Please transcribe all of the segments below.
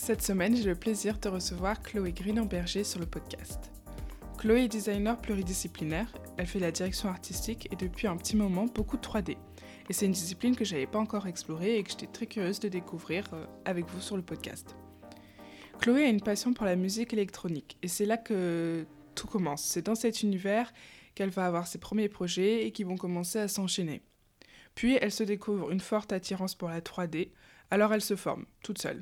Cette semaine, j'ai le plaisir de recevoir Chloé Grinon-Berger sur le podcast. Chloé est designer pluridisciplinaire, elle fait la direction artistique et depuis un petit moment beaucoup de 3D. Et c'est une discipline que je n'avais pas encore explorée et que j'étais très curieuse de découvrir avec vous sur le podcast. Chloé a une passion pour la musique électronique et c'est là que tout commence. C'est dans cet univers qu'elle va avoir ses premiers projets et qui vont commencer à s'enchaîner. Puis elle se découvre une forte attirance pour la 3D, alors elle se forme, toute seule.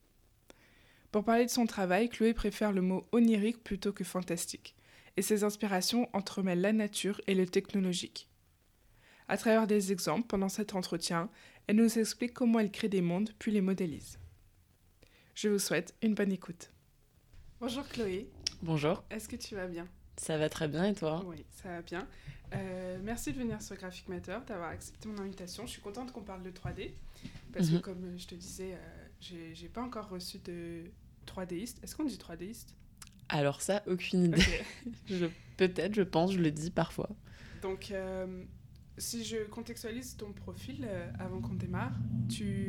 Pour parler de son travail, Chloé préfère le mot onirique plutôt que fantastique, et ses inspirations entremêlent la nature et le technologique. À travers des exemples, pendant cet entretien, elle nous explique comment elle crée des mondes puis les modélise. Je vous souhaite une bonne écoute. Bonjour Chloé. Bonjour. Est-ce que tu vas bien ? Ça va très bien et toi ? Oui, ça va bien. Merci de venir sur Graphic Matter, d'avoir accepté mon invitation. Je suis contente qu'on parle de 3D, parce que comme je te disais, j'ai pas encore reçu de 3Diste. Est-ce qu'on dit 3Diste ? Alors ça, aucune idée. Okay. Peut-être, je pense, je le dis parfois. Donc, si je contextualise ton profil avant qu'on démarre, tu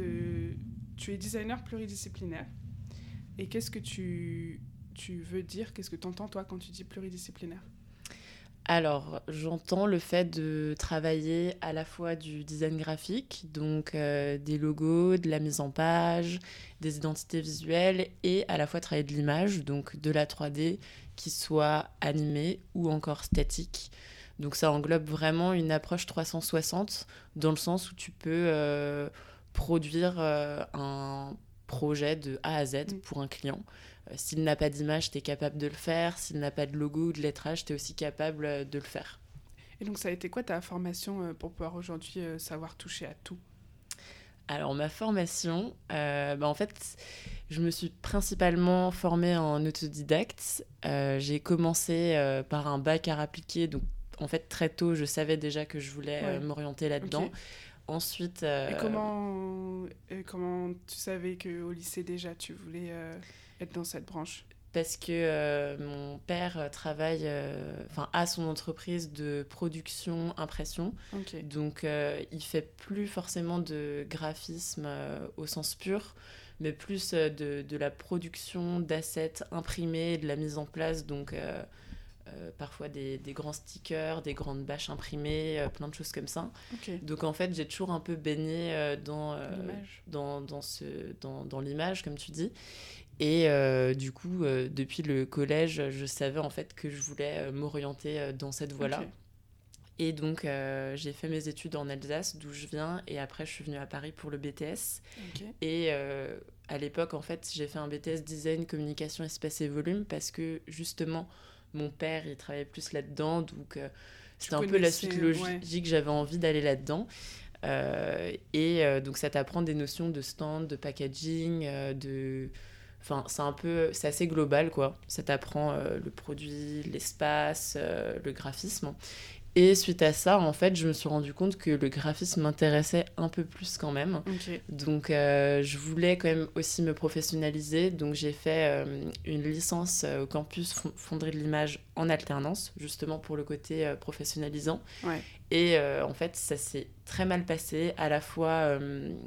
es designer pluridisciplinaire. Et qu'est-ce que tu veux dire ? Qu'est-ce que tu entends, toi, quand tu dis pluridisciplinaire ? Alors, j'entends le fait de travailler à la fois du design graphique, donc des logos, de la mise en page, des identités visuelles, et à la fois travailler de l'image, donc de la 3D, qui soit animée ou encore statique. Donc ça englobe vraiment une approche 360, dans le sens où tu peux produire un projet de A à Z pour un client. S'il n'a pas d'image, tu es capable de le faire. S'il n'a pas de logo ou de lettrage, tu es aussi capable de le faire. Et donc, ça a été quoi ta formation pour pouvoir aujourd'hui savoir toucher à tout ? Alors, ma formation, en fait, je me suis principalement formée en autodidacte. J'ai commencé par un bac art appliqué. Donc, en fait, très tôt, je savais déjà que je voulais m'orienter là-dedans. Okay. Ensuite... Et comment tu savais qu'au lycée, déjà, tu voulais... être dans cette branche ? Parce que mon père travaille, a son entreprise de production impression. Okay. Donc il fait plus forcément de graphisme au sens pur, mais plus de la production d'assets imprimés, de la mise en place, donc parfois des grands stickers, des grandes bâches imprimées, plein de choses comme ça. Okay. Donc en fait, j'ai toujours un peu baigné dans l'image, comme tu dis. Et du coup, depuis le collège, je savais en fait que je voulais m'orienter dans cette voie-là. Okay. Et donc, j'ai fait mes études en Alsace, d'où je viens, et après, je suis venue à Paris pour le BTS. Okay. Et à l'époque, en fait, j'ai fait un BTS Design, Communication, Espace et Volume, parce que, justement, mon père, il travaillait plus là-dedans, donc c'était un peu la suite logique, j'avais envie d'aller là-dedans. Donc, ça t'apprend des notions de stand, de packaging, Enfin, c'est assez global, quoi. Ça t'apprend le produit, l'espace, le graphisme. Et suite à ça, en fait, je me suis rendu compte que le graphisme m'intéressait un peu plus quand même. Okay. Donc, je voulais quand même aussi me professionnaliser. Donc, j'ai fait une licence au campus Fonderie de l'image en alternance, justement pour le côté professionnalisant. Ouais. Et en fait, ça s'est très mal passé. À la fois,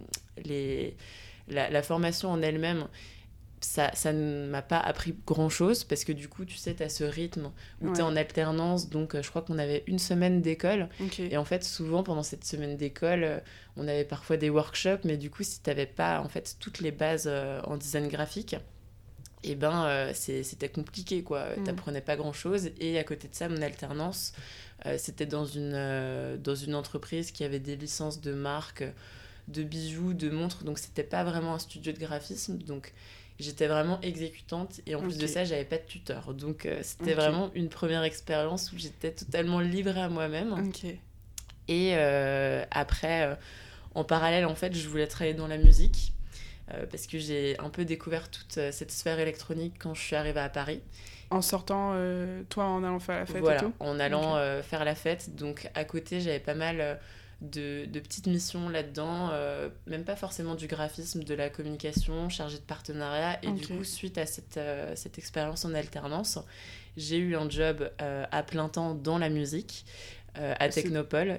la formation en elle-même... Ça ne m'a pas appris grand-chose parce que du coup, tu sais, tu as ce rythme où tu es en alternance. Donc, je crois qu'on avait une semaine d'école. Okay. Et en fait, souvent, pendant cette semaine d'école, on avait parfois des workshops. Mais du coup, si tu n'avais pas en fait, toutes les bases en design graphique, eh ben, c'était compliqué, quoi. Tu n'apprenais pas grand-chose. Et à côté de ça, mon alternance, c'était dans une entreprise qui avait des licences de marque, de bijoux, de montres. Donc, c'était pas vraiment un studio de graphisme. Donc... J'étais vraiment exécutante et en plus de ça, j'avais pas de tuteur. Donc, c'était vraiment une première expérience où j'étais totalement livrée à moi-même. Okay. Et après, en parallèle, en fait, je voulais travailler dans la musique parce que j'ai un peu découvert toute cette sphère électronique quand je suis arrivée à Paris. En sortant, toi, en allant faire la fête voilà, et tout ? en allant faire la fête. Donc, à côté, j'avais pas mal... de petites missions là-dedans, même pas forcément du graphisme, de la communication, chargée de partenariat. Et du coup, suite à cette expérience en alternance, j'ai eu un job à plein temps dans la musique. à Technopole,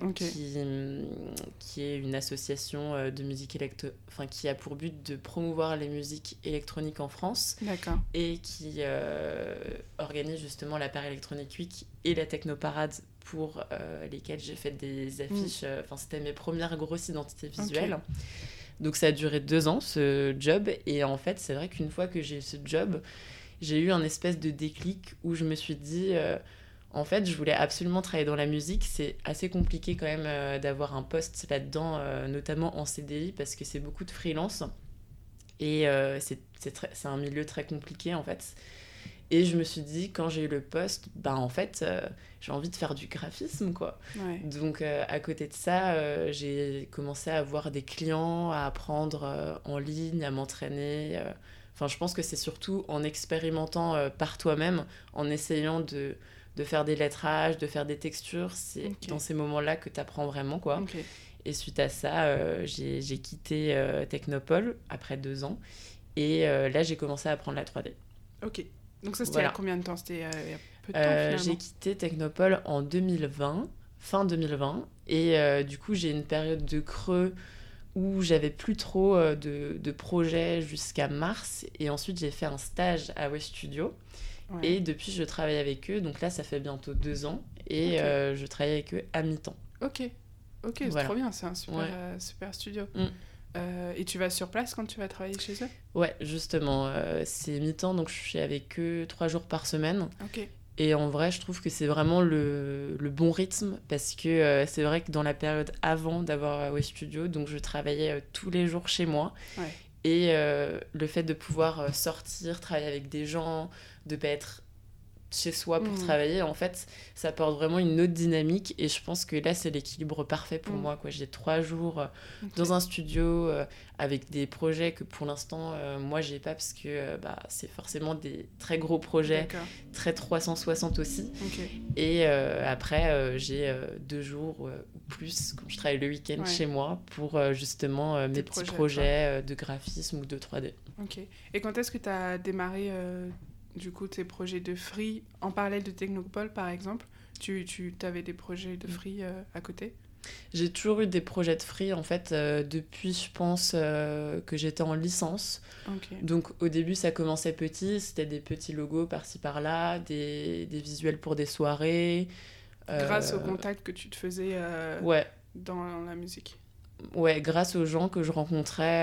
qui est une association de musique qui a pour but de promouvoir les musiques électroniques en France. D'accord. Et qui organise justement la Paris Electronic Week et la Technoparade pour lesquelles j'ai fait des affiches. C'était mes premières grosses identités visuelles. Okay. Donc ça a duré 2 ans, ce job. Et en fait, c'est vrai qu'une fois que j'ai eu ce job, j'ai eu un espèce de déclic où je me suis dit... en fait, je voulais absolument travailler dans la musique. C'est assez compliqué quand même d'avoir un poste là-dedans, notamment en CDI, parce que c'est beaucoup de freelance. Et c'est un milieu très compliqué, en fait. Et je me suis dit, quand j'ai eu le poste, en fait, j'ai envie de faire du graphisme, quoi. Ouais. Donc, à côté de ça, j'ai commencé à avoir des clients, à apprendre en ligne, à m'entraîner. Je pense que c'est surtout en expérimentant par toi-même, en essayant de faire des lettrages, de faire des textures. C'est dans ces moments-là que tu apprends vraiment, quoi. Okay. Et suite à ça, j'ai quitté Technopole après 2 ans. Et là, j'ai commencé à apprendre la 3D. Ok. Donc ça, c'était il y a combien de temps ? C'était il y a peu de temps, finalement ? J'ai quitté Technopole en 2020, fin 2020. Et du coup, j'ai une période de creux où j'avais plus trop de projets jusqu'à mars. Et ensuite, j'ai fait un stage à West Studio. Ouais. Et depuis, je travaille avec eux. Donc là, ça fait bientôt 2 ans. Et je travaille avec eux à mi-temps. Ok, c'est trop bien. C'est un super studio. Et tu vas sur place quand tu vas travailler chez eux ? Ouais, justement. C'est mi-temps, donc je suis avec eux 3 jours par semaine. Ok. Et en vrai, je trouve que c'est vraiment le bon rythme. Parce que c'est vrai que dans la période avant d'avoir West Studio, donc je travaillais tous les jours chez moi. Ouais. Et le fait de pouvoir sortir, travailler avec des gens, de ne pas être chez soi pour travailler, en fait, ça apporte vraiment une autre dynamique. Et je pense que là, c'est l'équilibre parfait pour moi, quoi. J'ai 3 jours dans un studio avec des projets que pour l'instant, moi, j'ai pas parce que c'est forcément des très gros projets, très 360 aussi. Okay. Et après, j'ai 2 jours ou plus quand je travaille le week-end chez moi pour justement mes petits projets de graphisme ou de 3D. Ok. Et quand est-ce que tu as démarré du coup tes projets de free en parallèle de Technopole, par exemple? Tu avais des projets de free à côté? J'ai toujours eu des projets de free, en fait, depuis, je pense, que j'étais en licence. Okay. Donc, au début, ça commençait petit. C'était des petits logos par-ci, par-là, des visuels pour des soirées. Grâce au contact que tu te faisais dans la musique. Ouais, grâce aux gens que je rencontrais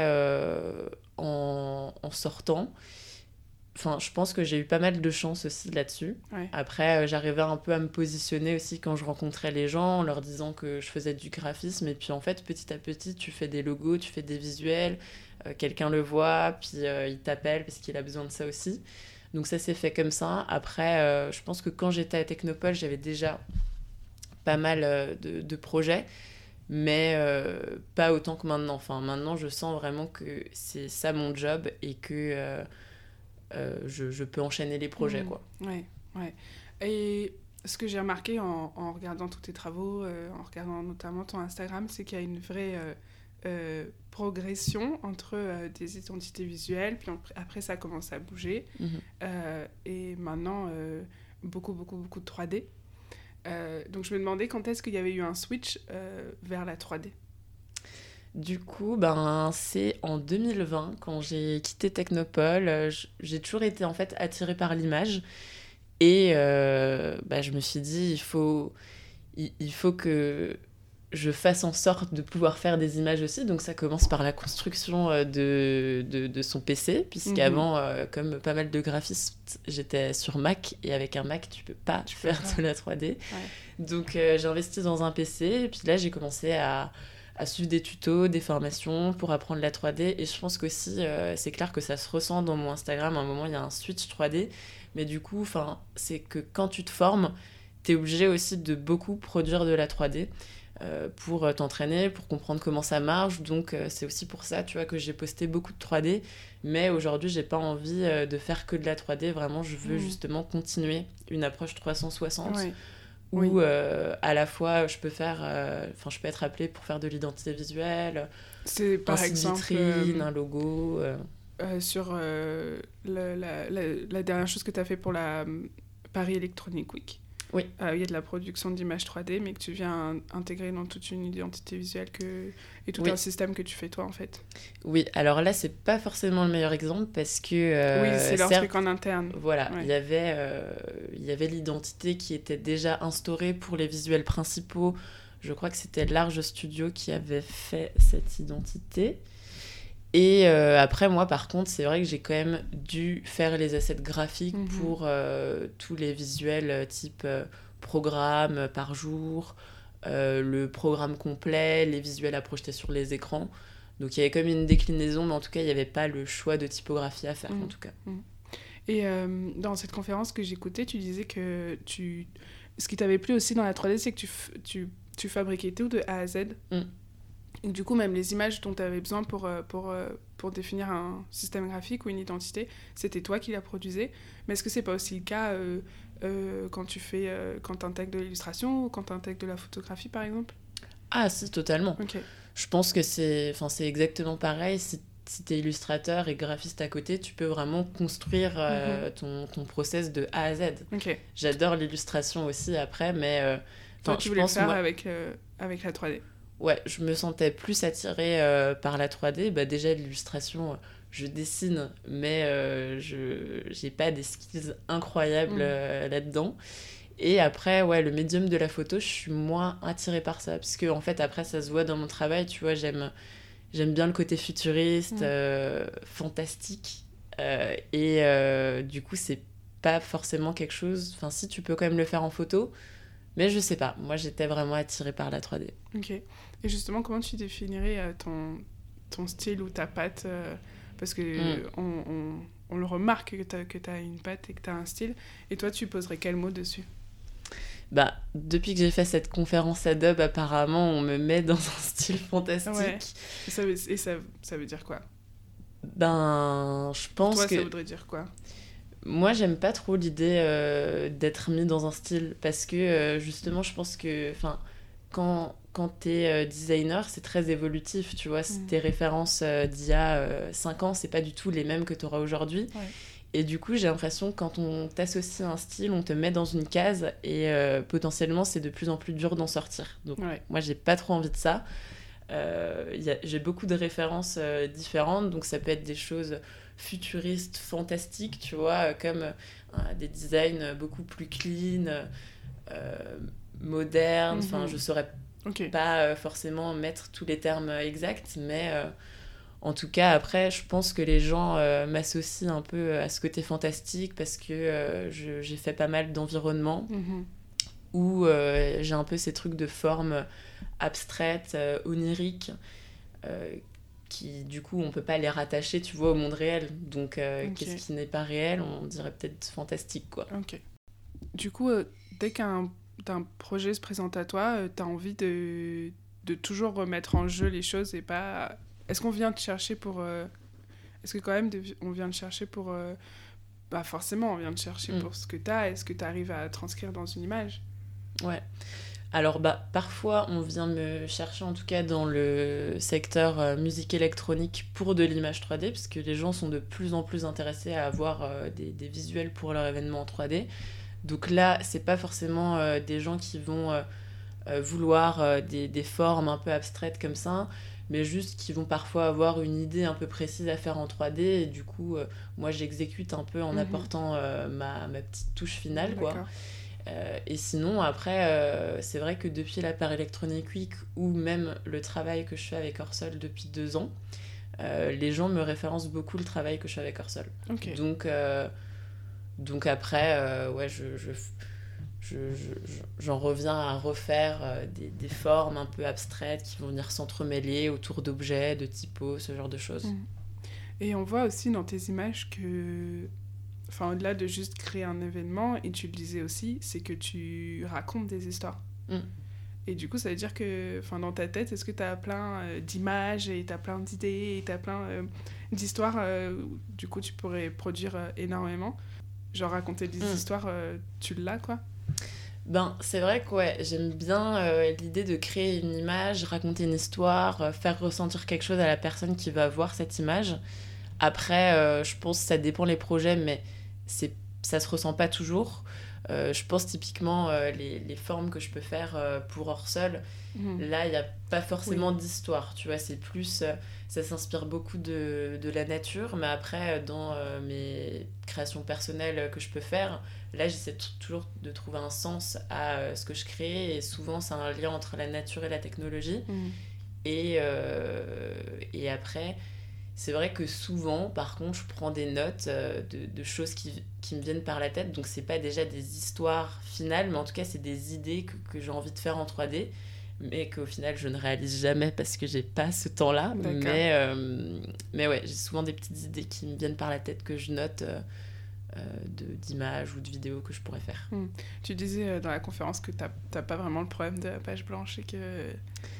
en sortant. Je pense que j'ai eu pas mal de chance aussi là-dessus. Ouais. Après, j'arrivais un peu à me positionner aussi quand je rencontrais les gens, en leur disant que je faisais du graphisme. Et puis, en fait, petit à petit, tu fais des logos, tu fais des visuels. Quelqu'un le voit, puis il t'appelle parce qu'il a besoin de ça aussi. Donc, ça s'est fait comme ça. Après, je pense que quand j'étais à Technopole, j'avais déjà pas mal de projets. Mais pas autant que maintenant. Maintenant, je sens vraiment que c'est ça mon job et que... je peux enchaîner les projets, quoi. Ouais. Et ce que j'ai remarqué en regardant tous tes travaux, en regardant notamment ton Instagram, c'est qu'il y a une vraie progression entre des identités visuelles, puis après ça commence à bouger, et maintenant beaucoup de 3D. Donc je me demandais quand est-ce qu'il y avait eu un switch vers la 3D. Du coup, c'est en 2020, quand j'ai quitté Technopole. J'ai toujours été en fait attirée par l'image. Et je me suis dit, il faut que je fasse en sorte de pouvoir faire des images aussi. Donc ça commence par la construction de son PC, puisqu'avant, comme pas mal de graphistes, j'étais sur Mac. Et avec un Mac, tu peux pas faire de la 3D. Ouais. Donc j'ai investi dans un PC. Et puis là, j'ai commencé à suivre des tutos, des formations pour apprendre la 3D. Et je pense qu'aussi, c'est clair que ça se ressent dans mon Instagram. À un moment, il y a un switch 3D. Mais du coup, c'est que quand tu te formes, tu es obligé aussi de beaucoup produire de la 3D pour t'entraîner, pour comprendre comment ça marche. Donc, c'est aussi pour ça, tu vois, que j'ai posté beaucoup de 3D. Mais aujourd'hui, j'ai pas envie de faire que de la 3D. Vraiment, je veux justement continuer une approche 360. Ouais. Où à la fois je peux être appelée pour faire de l'identité visuelle, c'est par exemple vitrine, un logo. Sur la dernière chose que tu as fait pour la Paris Electronic Week. Oui. Il y a de la production d'images 3D, mais que tu viens intégrer dans toute une identité visuelle et tout un système que tu fais toi, en fait. Oui, alors là, c'est pas forcément le meilleur exemple parce que... oui, c'est leur truc en interne. Voilà, il y avait l'identité qui était déjà instaurée pour les visuels principaux. Je crois que c'était Large Studio qui avait fait cette identité. Et après, moi, par contre, c'est vrai que j'ai quand même dû faire les assets graphiques pour tous les visuels type programme par jour, le programme complet, les visuels à projeter sur les écrans. Donc, il y avait comme une déclinaison, mais en tout cas, il n'y avait pas le choix de typographie à faire, en tout cas. Et dans cette conférence que j'écoutais, tu disais que ce qui t'avait plu aussi dans la 3D, c'est que tu fabriquais tout de A à Z. Et du coup, même les images dont tu avais besoin pour définir un système graphique ou une identité, c'était toi qui la produisais. Mais est-ce que c'est pas aussi le cas quand tu intègres de l'illustration ou quand tu intègres de la photographie, par exemple ? Ah si, totalement. Okay. Je pense que c'est exactement pareil. Si tu es illustrateur et graphiste à côté, tu peux vraiment construire ton process de A à Z. Okay. J'adore l'illustration aussi après, mais... toi, tu voulais le faire avec la 3D. Ouais, je me sentais plus attirée par la 3D. Bah, déjà, l'illustration, je dessine, mais j'ai pas des skills incroyables là-dedans. Et après, ouais, le médium de la photo, je suis moins attirée par ça. Parce que, en fait, après, ça se voit dans mon travail, tu vois, j'aime bien le côté futuriste, fantastique. Et du coup, c'est pas forcément quelque chose... Enfin, si, tu peux quand même le faire en photo. Mais je sais pas, moi j'étais vraiment attirée par la 3D. Ok. Et justement, comment tu définirais ton style ou ta patte parce que on le remarque que t'as une patte et que t'as un style. Et toi, tu poserais quel mot dessus ? Bah, depuis que j'ai fait cette conférence Adobe, apparemment, on me met dans un style fantastique. Ouais. Et ça veut dire quoi ? Ben, je pense toi, que... ça voudrait dire quoi ? Moi, j'aime pas trop l'idée d'être mis dans un style parce que, justement, je pense que quand t'es designer, c'est très évolutif, tu vois. Tes références d'il y a 5 ans, c'est pas du tout les mêmes que t'auras aujourd'hui. Ouais. Et du coup, j'ai l'impression que quand on t'associe à un style, on te met dans une case et potentiellement, c'est de plus en plus dur d'en sortir. Donc, moi, j'ai pas trop envie de ça. J'ai beaucoup de références différentes, donc ça peut être des choses futuristes, fantastiques, tu vois, comme des designs beaucoup plus clean, modernes. Enfin, je saurais pas forcément mettre tous les termes exacts, mais en tout cas, après, je pense que les gens m'associent un peu à ce côté fantastique parce que j'ai fait pas mal d'environnements où j'ai un peu ces trucs de forme abstraites, oniriques, qui du coup on peut pas les rattacher, tu vois, au monde réel. Donc qu'est-ce qui n'est pas réel, on dirait peut-être fantastique, quoi. Ok. Du coup, dès qu'un projet se présente à toi, t'as envie de toujours remettre en jeu les choses et pas... Est-ce qu'on vient te chercher pour... Est-ce que quand même on vient te chercher pour... Bah forcément, on vient te chercher pour ce que t'as. Est-ce que t'arrives à transcrire dans une image ? Ouais. Alors, parfois, on vient me chercher, en tout cas dans le secteur musique électronique, pour de l'image 3D, parce que les gens sont de plus en plus intéressés à avoir des visuels pour leur événement en 3D. Donc là, c'est pas forcément des gens qui vont vouloir des formes un peu abstraites comme ça, mais juste qui vont parfois avoir une idée un peu précise à faire en 3D, et du coup, moi, j'exécute un peu en apportant ma petite touche finale, quoi. Et sinon, après, c'est vrai que depuis la Paris Electronic Week ou même le travail que je fais avec Orsol depuis 2 ans, les gens me référencent beaucoup le travail que je fais avec Orsol. Okay. Donc après, ouais, j'en reviens à refaire des formes un peu abstraites qui vont venir s'entremêler autour d'objets, de typos, ce genre de choses. Et on voit aussi dans tes images que... Enfin, au-delà de juste créer un événement, et tu le disais aussi, c'est que tu racontes des histoires. Et du coup, ça veut dire que dans ta tête, est-ce que tu as plein d'images et tu as plein d'idées et tu as plein d'histoires du coup, tu pourrais produire énormément. Genre raconter des histoires, tu l'as, quoi. C'est vrai que ouais, j'aime bien l'idée de créer une image, raconter une histoire, faire ressentir quelque chose à la personne qui va voir cette image. Après, je pense que ça dépend les projets, mais ça se ressent pas toujours. Je pense typiquement les formes que je peux faire pour hors-sol. Là, il n'y a pas forcément d'histoire, tu vois, c'est plus... ça s'inspire beaucoup de la nature, mais après, dans mes créations personnelles que je peux faire, là, j'essaie toujours de trouver un sens à ce que je crée, et souvent, c'est un lien entre la nature et la technologie. Et après... C'est vrai que souvent, par contre, je prends des notes de choses qui me viennent par la tête. Donc, c'est pas déjà des histoires finales, mais en tout cas, c'est des idées que j'ai envie de faire en 3D, mais qu'au final, je ne réalise jamais parce que j'ai pas ce temps-là. Mais ouais, j'ai souvent des petites idées qui me viennent par la tête que je note d'images ou de vidéos que je pourrais faire. Tu disais dans la conférence que t'as pas vraiment le problème de la page blanche et que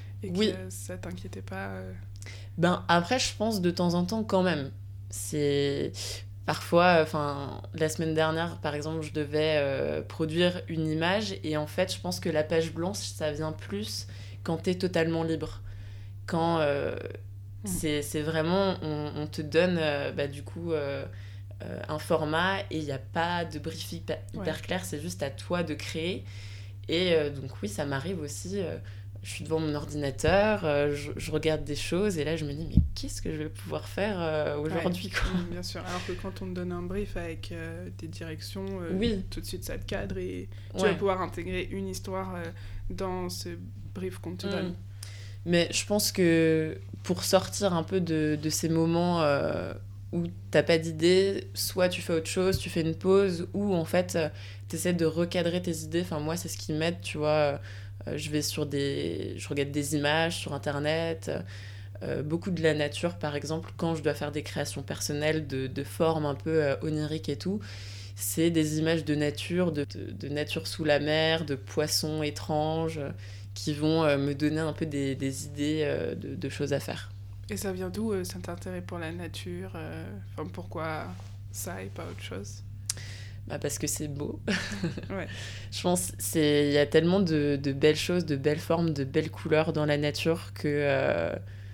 ça t'inquiétait pas. Ben, après, je pense de temps en temps quand même. C'est... Parfois, la semaine dernière, par exemple, je devais produire une image et en fait, je pense que la page blanche, ça vient plus quand t'es totalement libre. Quand c'est vraiment... On te donne, du coup, un format et il n'y a pas de brief hyper clair, c'est juste à toi de créer. Et donc oui, ça m'arrive aussi... je suis devant mon ordinateur, je regarde des choses et là je me dis mais qu'est-ce que je vais pouvoir faire aujourd'hui quoi. Bien sûr, alors que quand on te donne un brief avec des directions, tout de suite ça te cadre et tu vas pouvoir intégrer une histoire dans ce brief qu'on te donne. Mais je pense que pour sortir un peu de ces moments où t'as pas d'idée, soit tu fais autre chose, tu fais une pause, ou en fait t'essaies de recadrer tes idées. Enfin moi c'est ce qui m'aide, tu vois. Je regarde des images sur internet, beaucoup de la nature par exemple, quand je dois faire des créations personnelles de formes un peu oniriques et tout, c'est des images de nature, de nature sous la mer, de poissons étranges qui vont me donner un peu des idées de choses à faire. Et ça vient d'où cet intérêt pour la nature pourquoi ça et pas autre chose? Parce que c'est beau. Je pense qu'il y a tellement de belles choses, de belles formes, de belles couleurs dans la nature que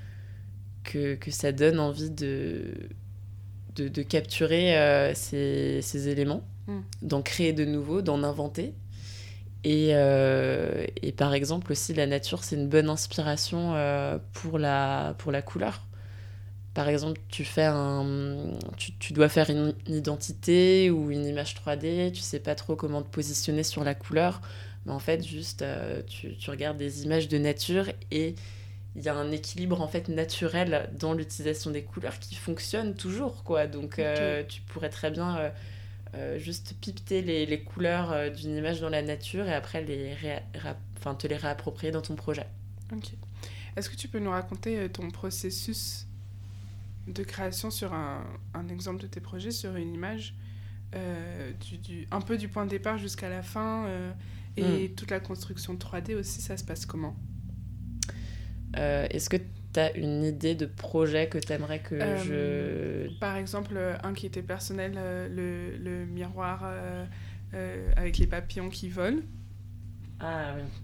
ça donne envie de capturer ces éléments, d'en créer de nouveaux, d'en inventer. Et par exemple aussi, la nature, c'est une bonne inspiration pour la couleur. Par exemple, tu dois faire une identité ou une image 3D, tu sais pas trop comment te positionner sur la couleur, mais en fait, juste, tu regardes des images de nature et il y a un équilibre en fait naturel dans l'utilisation des couleurs qui fonctionne toujours, quoi. Donc, tu pourrais très bien juste pipeter les couleurs d'une image dans la nature et après te les réapproprier dans ton projet. Ok. Est-ce que tu peux nous raconter ton processus de création sur un exemple de tes projets, sur une image, un peu du point de départ jusqu'à la fin, et toute la construction 3D aussi, ça se passe comment? Est-ce que tu as une idée de projet que tu aimerais que je... Par exemple, un qui était personnel, le miroir avec les papillons qui volent. Ah oui.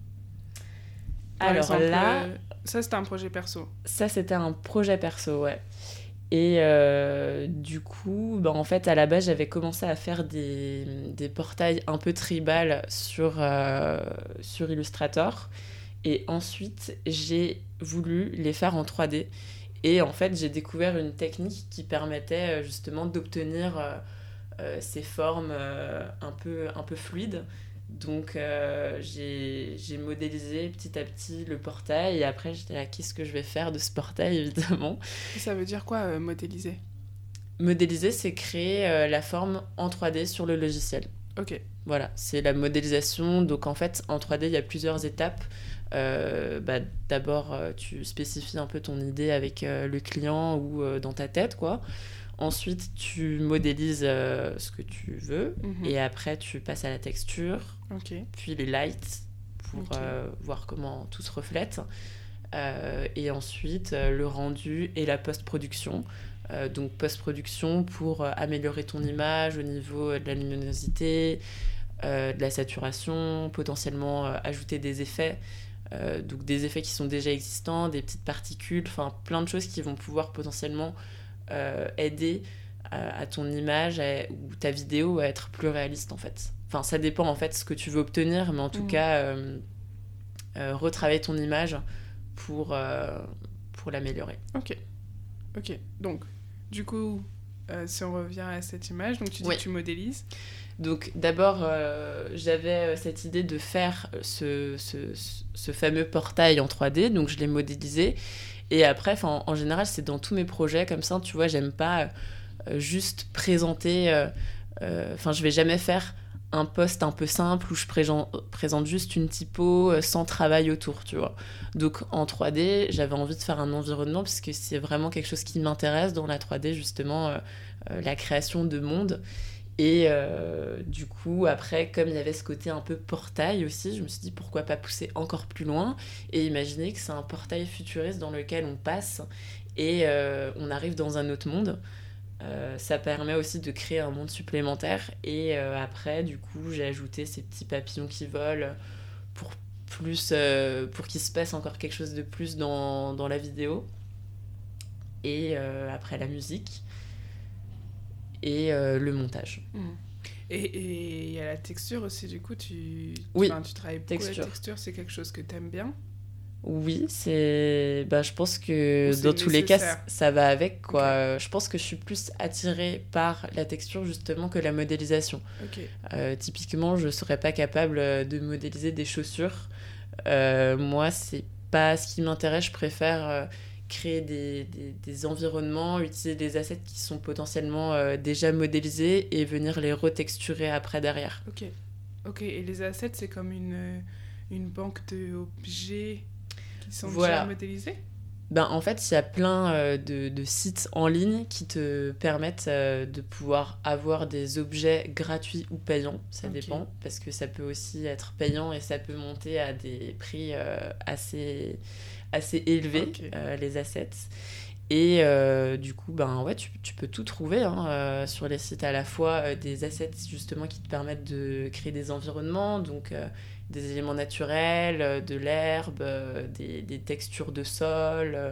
Par exemple, là... ça, c'était un projet perso. Ça, c'était un projet perso, ouais. Et du coup, en fait, à la base, j'avais commencé à faire des portails un peu tribal sur Illustrator. Et ensuite, j'ai voulu les faire en 3D. Et en fait, j'ai découvert une technique qui permettait justement d'obtenir ces formes un peu fluides. Donc, j'ai modélisé petit à petit le portail et après, j'étais là, qu'est-ce que je vais faire de ce portail, évidemment. Et ça veut dire quoi, modéliser ? Modéliser, c'est créer la forme en 3D sur le logiciel. Ok. Voilà, c'est la modélisation. Donc, en fait, en 3D, il y a plusieurs étapes. D'abord, tu spécifies un peu ton idée avec le client ou dans ta tête, quoi. Ensuite, tu modélises ce que tu veux. Et après, tu passes à la texture. Puis les lights pour voir comment tout se reflète. Et ensuite, le rendu et la post-production. Donc, post-production pour améliorer ton image au niveau de la luminosité, de la saturation, potentiellement ajouter des effets. Donc, des effets qui sont déjà existants, des petites particules, enfin, plein de choses qui vont pouvoir potentiellement aider à ton image ou ta vidéo à être plus réaliste en fait. Enfin, ça dépend en fait ce que tu veux obtenir, mais en tout cas, retravailler ton image pour l'améliorer. Ok. Donc, du coup, si on revient à cette image, donc tu dis que tu modélises. Donc d'abord, j'avais cette idée de faire ce fameux portail en 3D, donc je l'ai modélisé. Et après, en général, c'est dans tous mes projets comme ça, tu vois, j'aime pas juste présenter... je vais jamais faire un post un peu simple où je présente juste une typo sans travail autour, tu vois. Donc en 3D, j'avais envie de faire un environnement parce que c'est vraiment quelque chose qui m'intéresse dans la 3D, justement, la création de monde. Et du coup, après, comme il y avait ce côté un peu portail aussi, je me suis dit pourquoi pas pousser encore plus loin et imaginer que c'est un portail futuriste dans lequel on passe et on arrive dans un autre monde. Ça permet aussi de créer un monde supplémentaire. Et après, du coup, j'ai ajouté ces petits papillons qui volent pour qu'il se passe encore quelque chose de plus dans la vidéo. Et après, la musique. Et le montage. Et il y a la texture aussi, du coup, tu travailles beaucoup la texture, c'est quelque chose que tu aimes bien? Oui, je pense que dans tous les cas, ça va avec, quoi. Okay. Je pense que je suis plus attirée par la texture, justement, que la modélisation. Okay. Typiquement, je ne serais pas capable de modéliser des chaussures. Moi, c'est pas ce qui m'intéresse. Je préfère créer des environnements, utiliser des assets qui sont potentiellement déjà modélisés et venir les retexturer après derrière. Ok. Et les assets, c'est comme une banque d'objets qui sont déjà modélisés? En fait, il y a plein de sites en ligne qui te permettent de pouvoir avoir des objets gratuits ou payants. Ça dépend, parce que ça peut aussi être payant et ça peut monter à des prix assez élevés, les assets. Et du coup, tu peux tout trouver sur les sites, à la fois des assets justement qui te permettent de créer des environnements, donc des éléments naturels, de l'herbe, des textures de sol,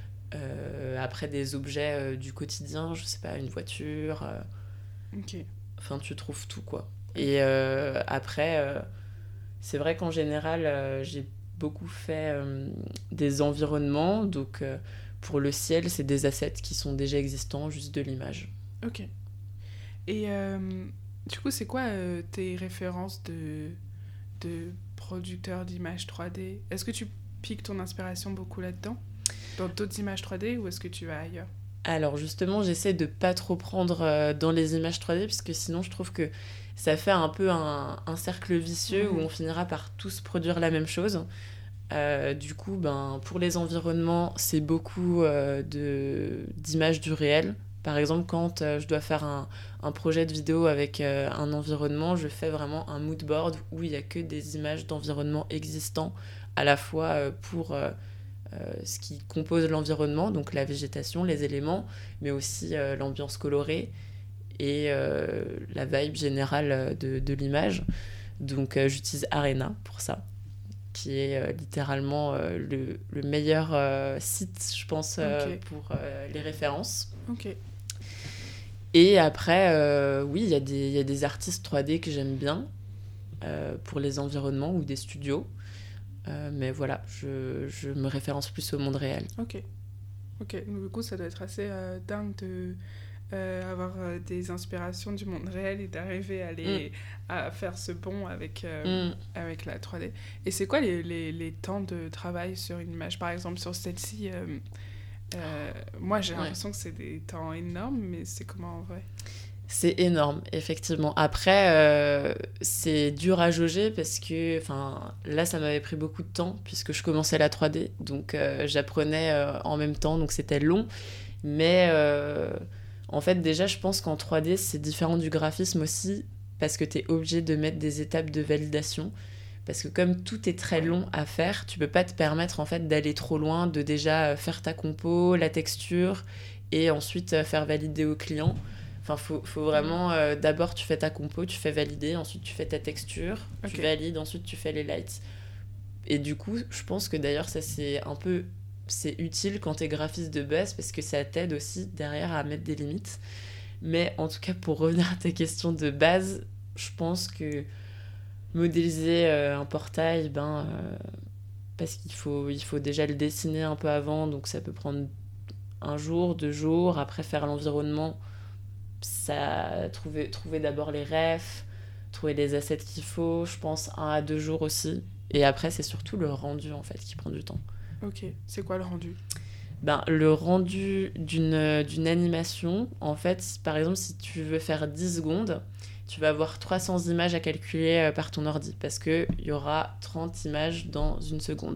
après des objets du quotidien, je sais pas, une voiture. Enfin, tu trouves tout, quoi. Et après, c'est vrai qu'en général, j'ai beaucoup fait des environnements, donc pour le ciel, c'est des assets qui sont déjà existants, juste de l'image. Ok. Et du coup, c'est quoi tes références de producteurs d'images 3D? Est-ce que tu piques ton inspiration beaucoup là-dedans, dans d'autres images 3D, ou est-ce que tu vas ailleurs? Alors justement, j'essaie de pas trop prendre dans les images 3D, parce que sinon je trouve que ça fait un peu un cercle vicieux où on finira par tous produire la même chose. Du coup, pour les environnements, c'est beaucoup d'images du réel. Par exemple, quand je dois faire un projet de vidéo avec un environnement, je fais vraiment un mood board où il n'y a que des images d'environnement existants, à la fois pour ce qui compose l'environnement, donc la végétation, les éléments, mais aussi l'ambiance colorée et la vibe générale de l'image. Donc j'utilise Arena pour ça, qui est littéralement le meilleur site, je pense, pour les références. Et après, oui, il y a des artistes 3D que j'aime bien pour les environnements ou des studios. Mais voilà, je me référence plus au monde réel. Ok. Du coup, ça doit être assez dingue de avoir des inspirations du monde réel et d'arriver à faire ce bond avec la 3D. Et c'est quoi les temps de travail sur une image? Par exemple, sur celle-ci, moi j'ai l'impression que c'est des temps énormes, mais c'est comment en vrai? C'est énorme, effectivement. Après, c'est dur à jauger parce que là, ça m'avait pris beaucoup de temps puisque je commençais la 3D. Donc, j'apprenais en même temps, donc c'était long. Mais en fait, déjà, je pense qu'en 3D, c'est différent du graphisme aussi parce que tu es obligé de mettre des étapes de validation. Parce que comme tout est très long à faire, tu peux pas te permettre en fait d'aller trop loin, de déjà faire ta compo, la texture et ensuite faire valider au client. Enfin, faut vraiment... d'abord, tu fais ta compo, tu fais valider, ensuite tu fais ta texture, tu valides, ensuite tu fais les lights. Et du coup, je pense que d'ailleurs, ça c'est utile quand t'es graphiste de base parce que ça t'aide aussi derrière à mettre des limites. Mais en tout cas, pour revenir à tes questions de base, je pense que modéliser un portail, parce qu'il faut déjà le dessiner un peu avant, donc ça peut prendre 1 jour, 2 jours. Après, faire l'environnement, trouver d'abord les refs, trouver les assets qu'il faut, je pense 1 à 2 jours aussi. Et après, c'est surtout le rendu, en fait, qui prend du temps. Ok, c'est quoi le rendu ? Le rendu d'une animation, en fait, par exemple, si tu veux faire 10 secondes, tu vas avoir 300 images à calculer par ton ordi, parce qu'il y aura 30 images dans 1 seconde.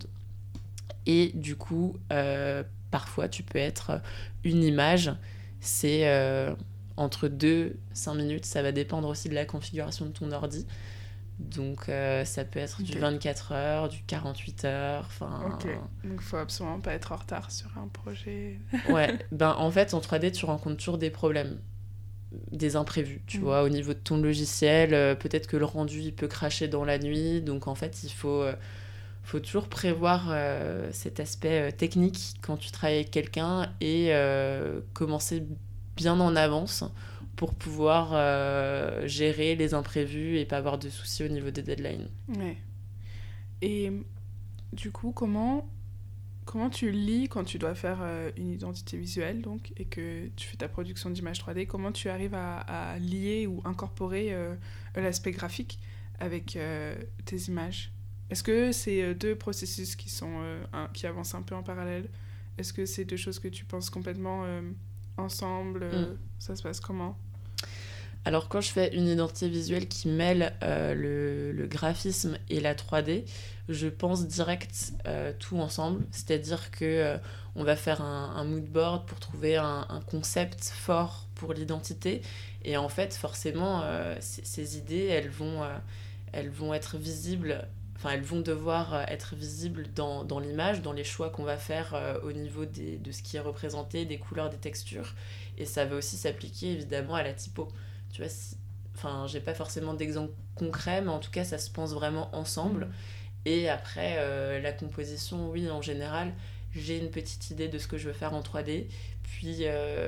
Et du coup, parfois, tu peux être une image, c'est entre 2-5 minutes, ça va dépendre aussi de la configuration de ton ordi. Donc, ça peut être du 24 heures, du 48 heures, Ok, donc il faut absolument pas être en retard sur un projet. Ouais, en fait, en 3D, tu rencontres toujours des problèmes, des imprévus, tu vois, au niveau de ton logiciel. Peut-être que le rendu, il peut cracher dans la nuit. Donc, en fait, il faut toujours prévoir cet aspect technique quand tu travailles avec quelqu'un et commencer bien en avance pour pouvoir gérer les imprévus et pas avoir de soucis au niveau des deadlines. Ouais. Et du coup, comment tu lis quand tu dois faire une identité visuelle donc, et que tu fais ta production d'images 3D, comment tu arrives à lier ou incorporer l'aspect graphique avec tes images ? Est-ce que c'est 2 processus qui avancent un peu en parallèle ? Est-ce que c'est 2 choses que tu penses complètement ensemble ? Ça se passe comment ? Alors, quand je fais une identité visuelle qui mêle le graphisme et la 3D, je pense direct tout ensemble. C'est-à-dire que on va faire un mood board pour trouver un concept fort pour l'identité. Et en fait, forcément, ces idées, elles vont être visibles. Enfin, elles vont devoir être visibles dans l'image, dans les choix qu'on va faire au niveau de ce qui est représenté, des couleurs, des textures. Et ça va aussi s'appliquer évidemment à la typo. Tu vois, j'ai pas forcément d'exemple concret, mais en tout cas, ça se pense vraiment ensemble. Et après, la composition, oui, en général, j'ai une petite idée de ce que je veux faire en 3D. Puis,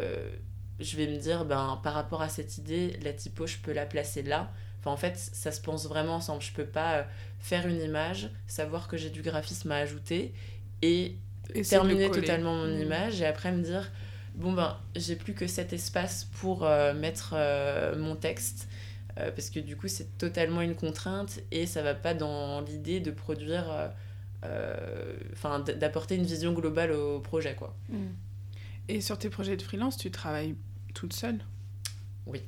je vais me dire, par rapport à cette idée, la typo, je peux la placer là. Enfin, en fait, ça se pense vraiment ensemble. Je peux pas faire une image, savoir que j'ai du graphisme à ajouter et terminer totalement mon image et après me dire... j'ai plus que cet espace pour mettre mon texte parce que du coup c'est totalement une contrainte et ça va pas dans l'idée de produire d'apporter une vision globale au projet, quoi. Et sur tes projets de freelance, tu travailles toute seule ? Oui.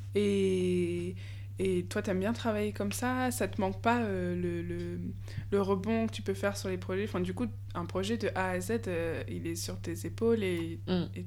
Et toi, t'aimes bien travailler comme ça ? Ça te manque pas le rebond que tu peux faire sur les projets ? Enfin, du coup, un projet de A à Z, il est sur tes épaules et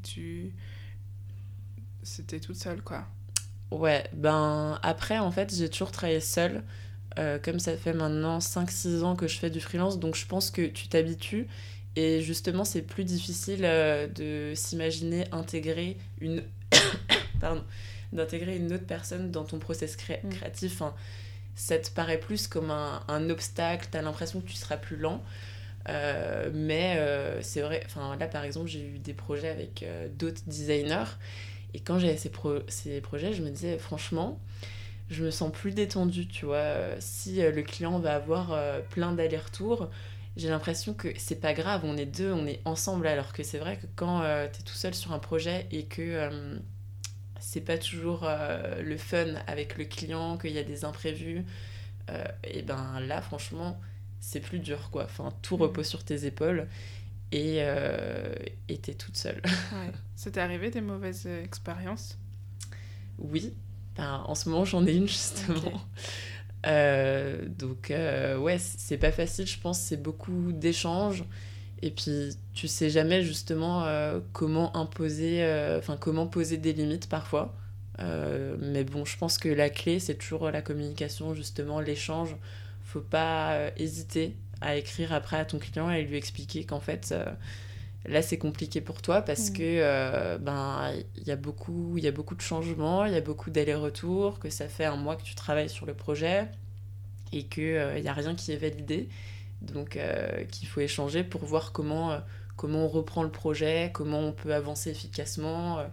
c'était toute seule, quoi. Ouais, après, en fait, j'ai toujours travaillé seule. Comme ça fait maintenant 5-6 ans que je fais du freelance, donc je pense que tu t'habitues. Et justement, c'est plus difficile de s'imaginer intégrer d'intégrer une autre personne dans ton process créatif. Enfin, ça te paraît plus comme un obstacle, t'as l'impression que tu seras plus lent. Mais c'est vrai, là par exemple, j'ai eu des projets avec d'autres designers. Et quand j'avais ces projets, je me disais, franchement, je me sens plus détendue, tu vois. Si le client va avoir plein d'allers-retours, j'ai l'impression que c'est pas grave, on est 2, on est ensemble. Alors que c'est vrai que quand t'es tout seul sur un projet et que c'est pas toujours le fun avec le client, qu'il y a des imprévus, et là, franchement, c'est plus dur, quoi. Enfin, tout repose sur tes épaules et t'es toute seule. Ouais. Ça t'est arrivé des mauvaises expériences ? Oui. En ce moment, j'en ai une, justement. Okay. Donc, ouais, c'est pas facile, je pense. C'est beaucoup d'échanges. Et puis, tu sais jamais, justement, comment poser des limites, parfois. Mais bon, je pense que la clé, c'est toujours la communication, justement, l'échange. Faut pas hésiter à écrire après à ton client et lui expliquer qu'en fait... là, c'est compliqué pour toi parce que il y a beaucoup de changements, il y a beaucoup d'allers-retours, que ça fait 1 mois que tu travailles sur le projet et qu'il n'y a rien qui est validé. Donc, qu'il faut échanger pour voir comment on reprend le projet, comment on peut avancer efficacement,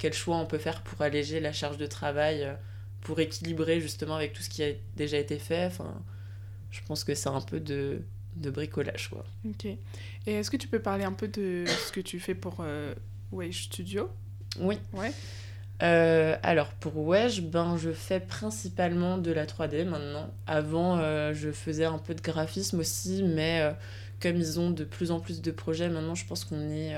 quel choix on peut faire pour alléger la charge de travail, pour équilibrer justement avec tout ce qui a déjà été fait. Enfin, je pense que c'est un peu de bricolage, quoi. Ok. Et est-ce que tu peux parler un peu de ce que tu fais pour Wesh Studio ? Oui. Ouais. Alors, pour Wesh, je fais principalement de la 3D maintenant. Avant, je faisais un peu de graphisme aussi, mais comme ils ont de plus en plus de projets, maintenant, je pense qu'on est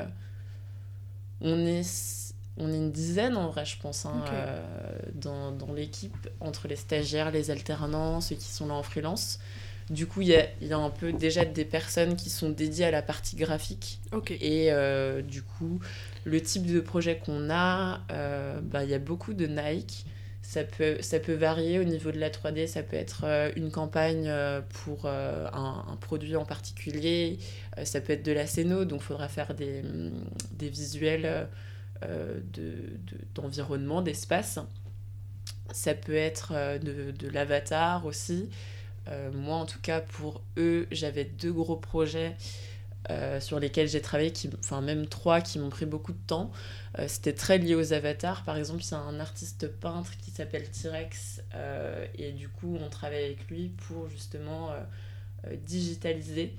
une dizaine en vrai, je pense, dans l'équipe, entre les stagiaires, les alternants, ceux qui sont là en freelance. Du coup, il y a un peu déjà des personnes qui sont dédiées à la partie graphique. Okay. Et du coup, le type de projet qu'on a, il y a beaucoup de Nike. Ça peut varier au niveau de la 3D. Ça peut être une campagne pour un produit en particulier. Ça peut être de la scéno, donc il faudra faire des visuels d'environnement, d'espace. Ça peut être de l'avatar aussi. Moi, en tout cas, pour eux, j'avais 2 gros projets sur lesquels j'ai travaillé, même 3 qui m'ont pris beaucoup de temps. C'était très lié aux avatars. Par exemple, c'est un artiste peintre qui s'appelle T-Rex. Et du coup, on travaille avec lui pour justement digitaliser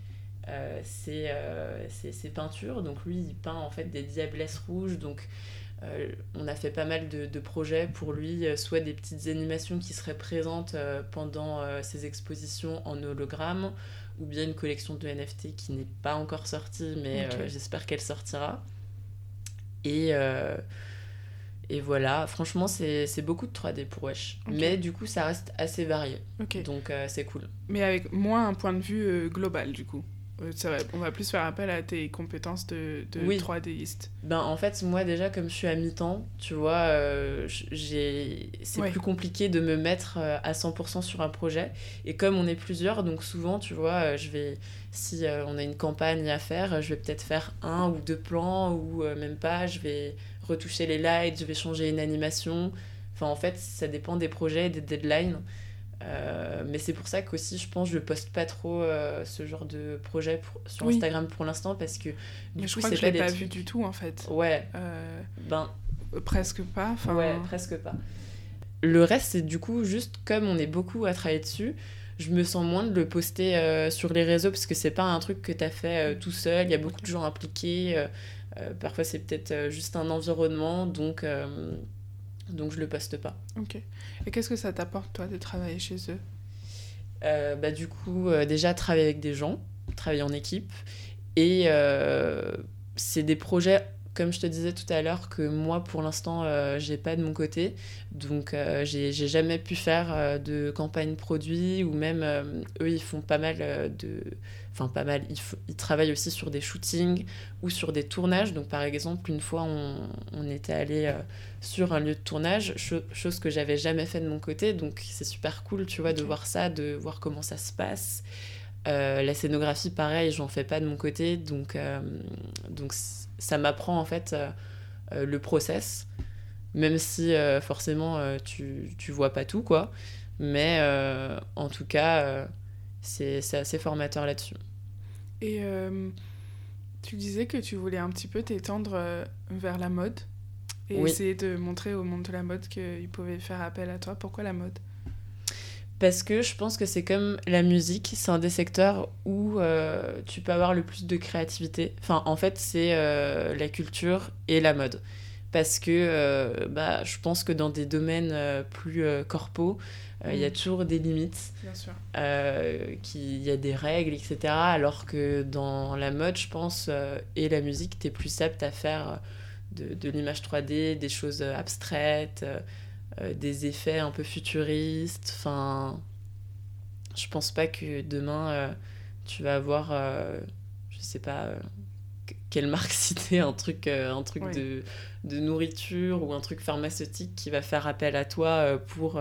ses peintures. Donc lui, il peint en fait des diablesses rouges. Donc on a fait pas mal de projets pour lui, soit des petites animations qui seraient présentes pendant ses expositions en hologramme, ou bien une collection de NFT qui n'est pas encore sortie, mais j'espère qu'elle sortira. Et voilà, franchement, c'est beaucoup de 3D pour Wesh. Okay. Mais du coup, ça reste assez varié. Okay. Donc, c'est cool. Mais avec moins un point de vue global, du coup. C'est vrai, on va plus faire appel à tes compétences de oui. 3Diste. En fait, moi, déjà, comme je suis à mi-temps, tu vois, c'est plus compliqué de me mettre à 100% sur un projet. Et comme on est plusieurs, donc souvent, tu vois, si on a une campagne à faire, je vais peut-être faire 1 ou 2 plans, ou même pas, je vais retoucher les lights, je vais changer une animation. Enfin, en fait, ça dépend des projets et des deadlines. Mais c'est pour ça qu'aussi je pense je poste pas trop ce genre de projet sur Instagram pour l'instant, parce que du coup c'est pas des trucs... vu du tout en fait. Ouais. Presque pas. Enfin... Ouais, presque pas. Le reste, c'est du coup juste comme on est beaucoup à travailler dessus, je me sens moins de le poster sur les réseaux, parce que c'est pas un truc que t'as fait tout seul, il y a beaucoup de gens impliqués, parfois c'est peut-être juste un environnement, donc je le poste pas. Ok. Et qu'est-ce que ça t'apporte, toi, de travailler chez eux ? Du coup, déjà, travailler avec des gens, travailler en équipe. Et c'est des projets, comme je te disais tout à l'heure, que moi, pour l'instant, j'ai pas de mon côté. Donc, j'ai jamais pu faire de campagne produit, ou même, eux, ils font pas mal de... Enfin, pas mal, ils travaillent aussi sur des shootings ou sur des tournages. Donc, par exemple, une fois, on était allé sur un lieu de tournage, chose que j'avais jamais fait de mon côté. Donc, c'est super cool, tu vois, de voir ça, de voir comment ça se passe. La scénographie, pareil, j'en fais pas de mon côté. Donc ça m'apprend, en fait, le process. Même si, forcément, tu vois pas tout, quoi. Mais, en tout cas... c'est assez formateur là-dessus. Et tu disais que tu voulais un petit peu t'étendre vers la mode et essayer de montrer au monde de la mode qu'ils pouvaient faire appel à toi. Pourquoi la mode ? Parce que je pense que c'est comme la musique, c'est un des secteurs où tu peux avoir le plus de créativité. Enfin, en fait, c'est la culture et la mode. Parce que je pense que dans des domaines plus corpos, il y a toujours des limites. Bien sûr. Il y a des règles, etc. Alors que dans la mode, je pense, et la musique, t'es plus apte à faire de l'image 3D, des choses abstraites, des effets un peu futuristes. Enfin, je pense pas que demain, tu vas avoir, je sais pas... quelle marque citer, un truc oui. de nourriture ou un truc pharmaceutique qui va faire appel à toi pour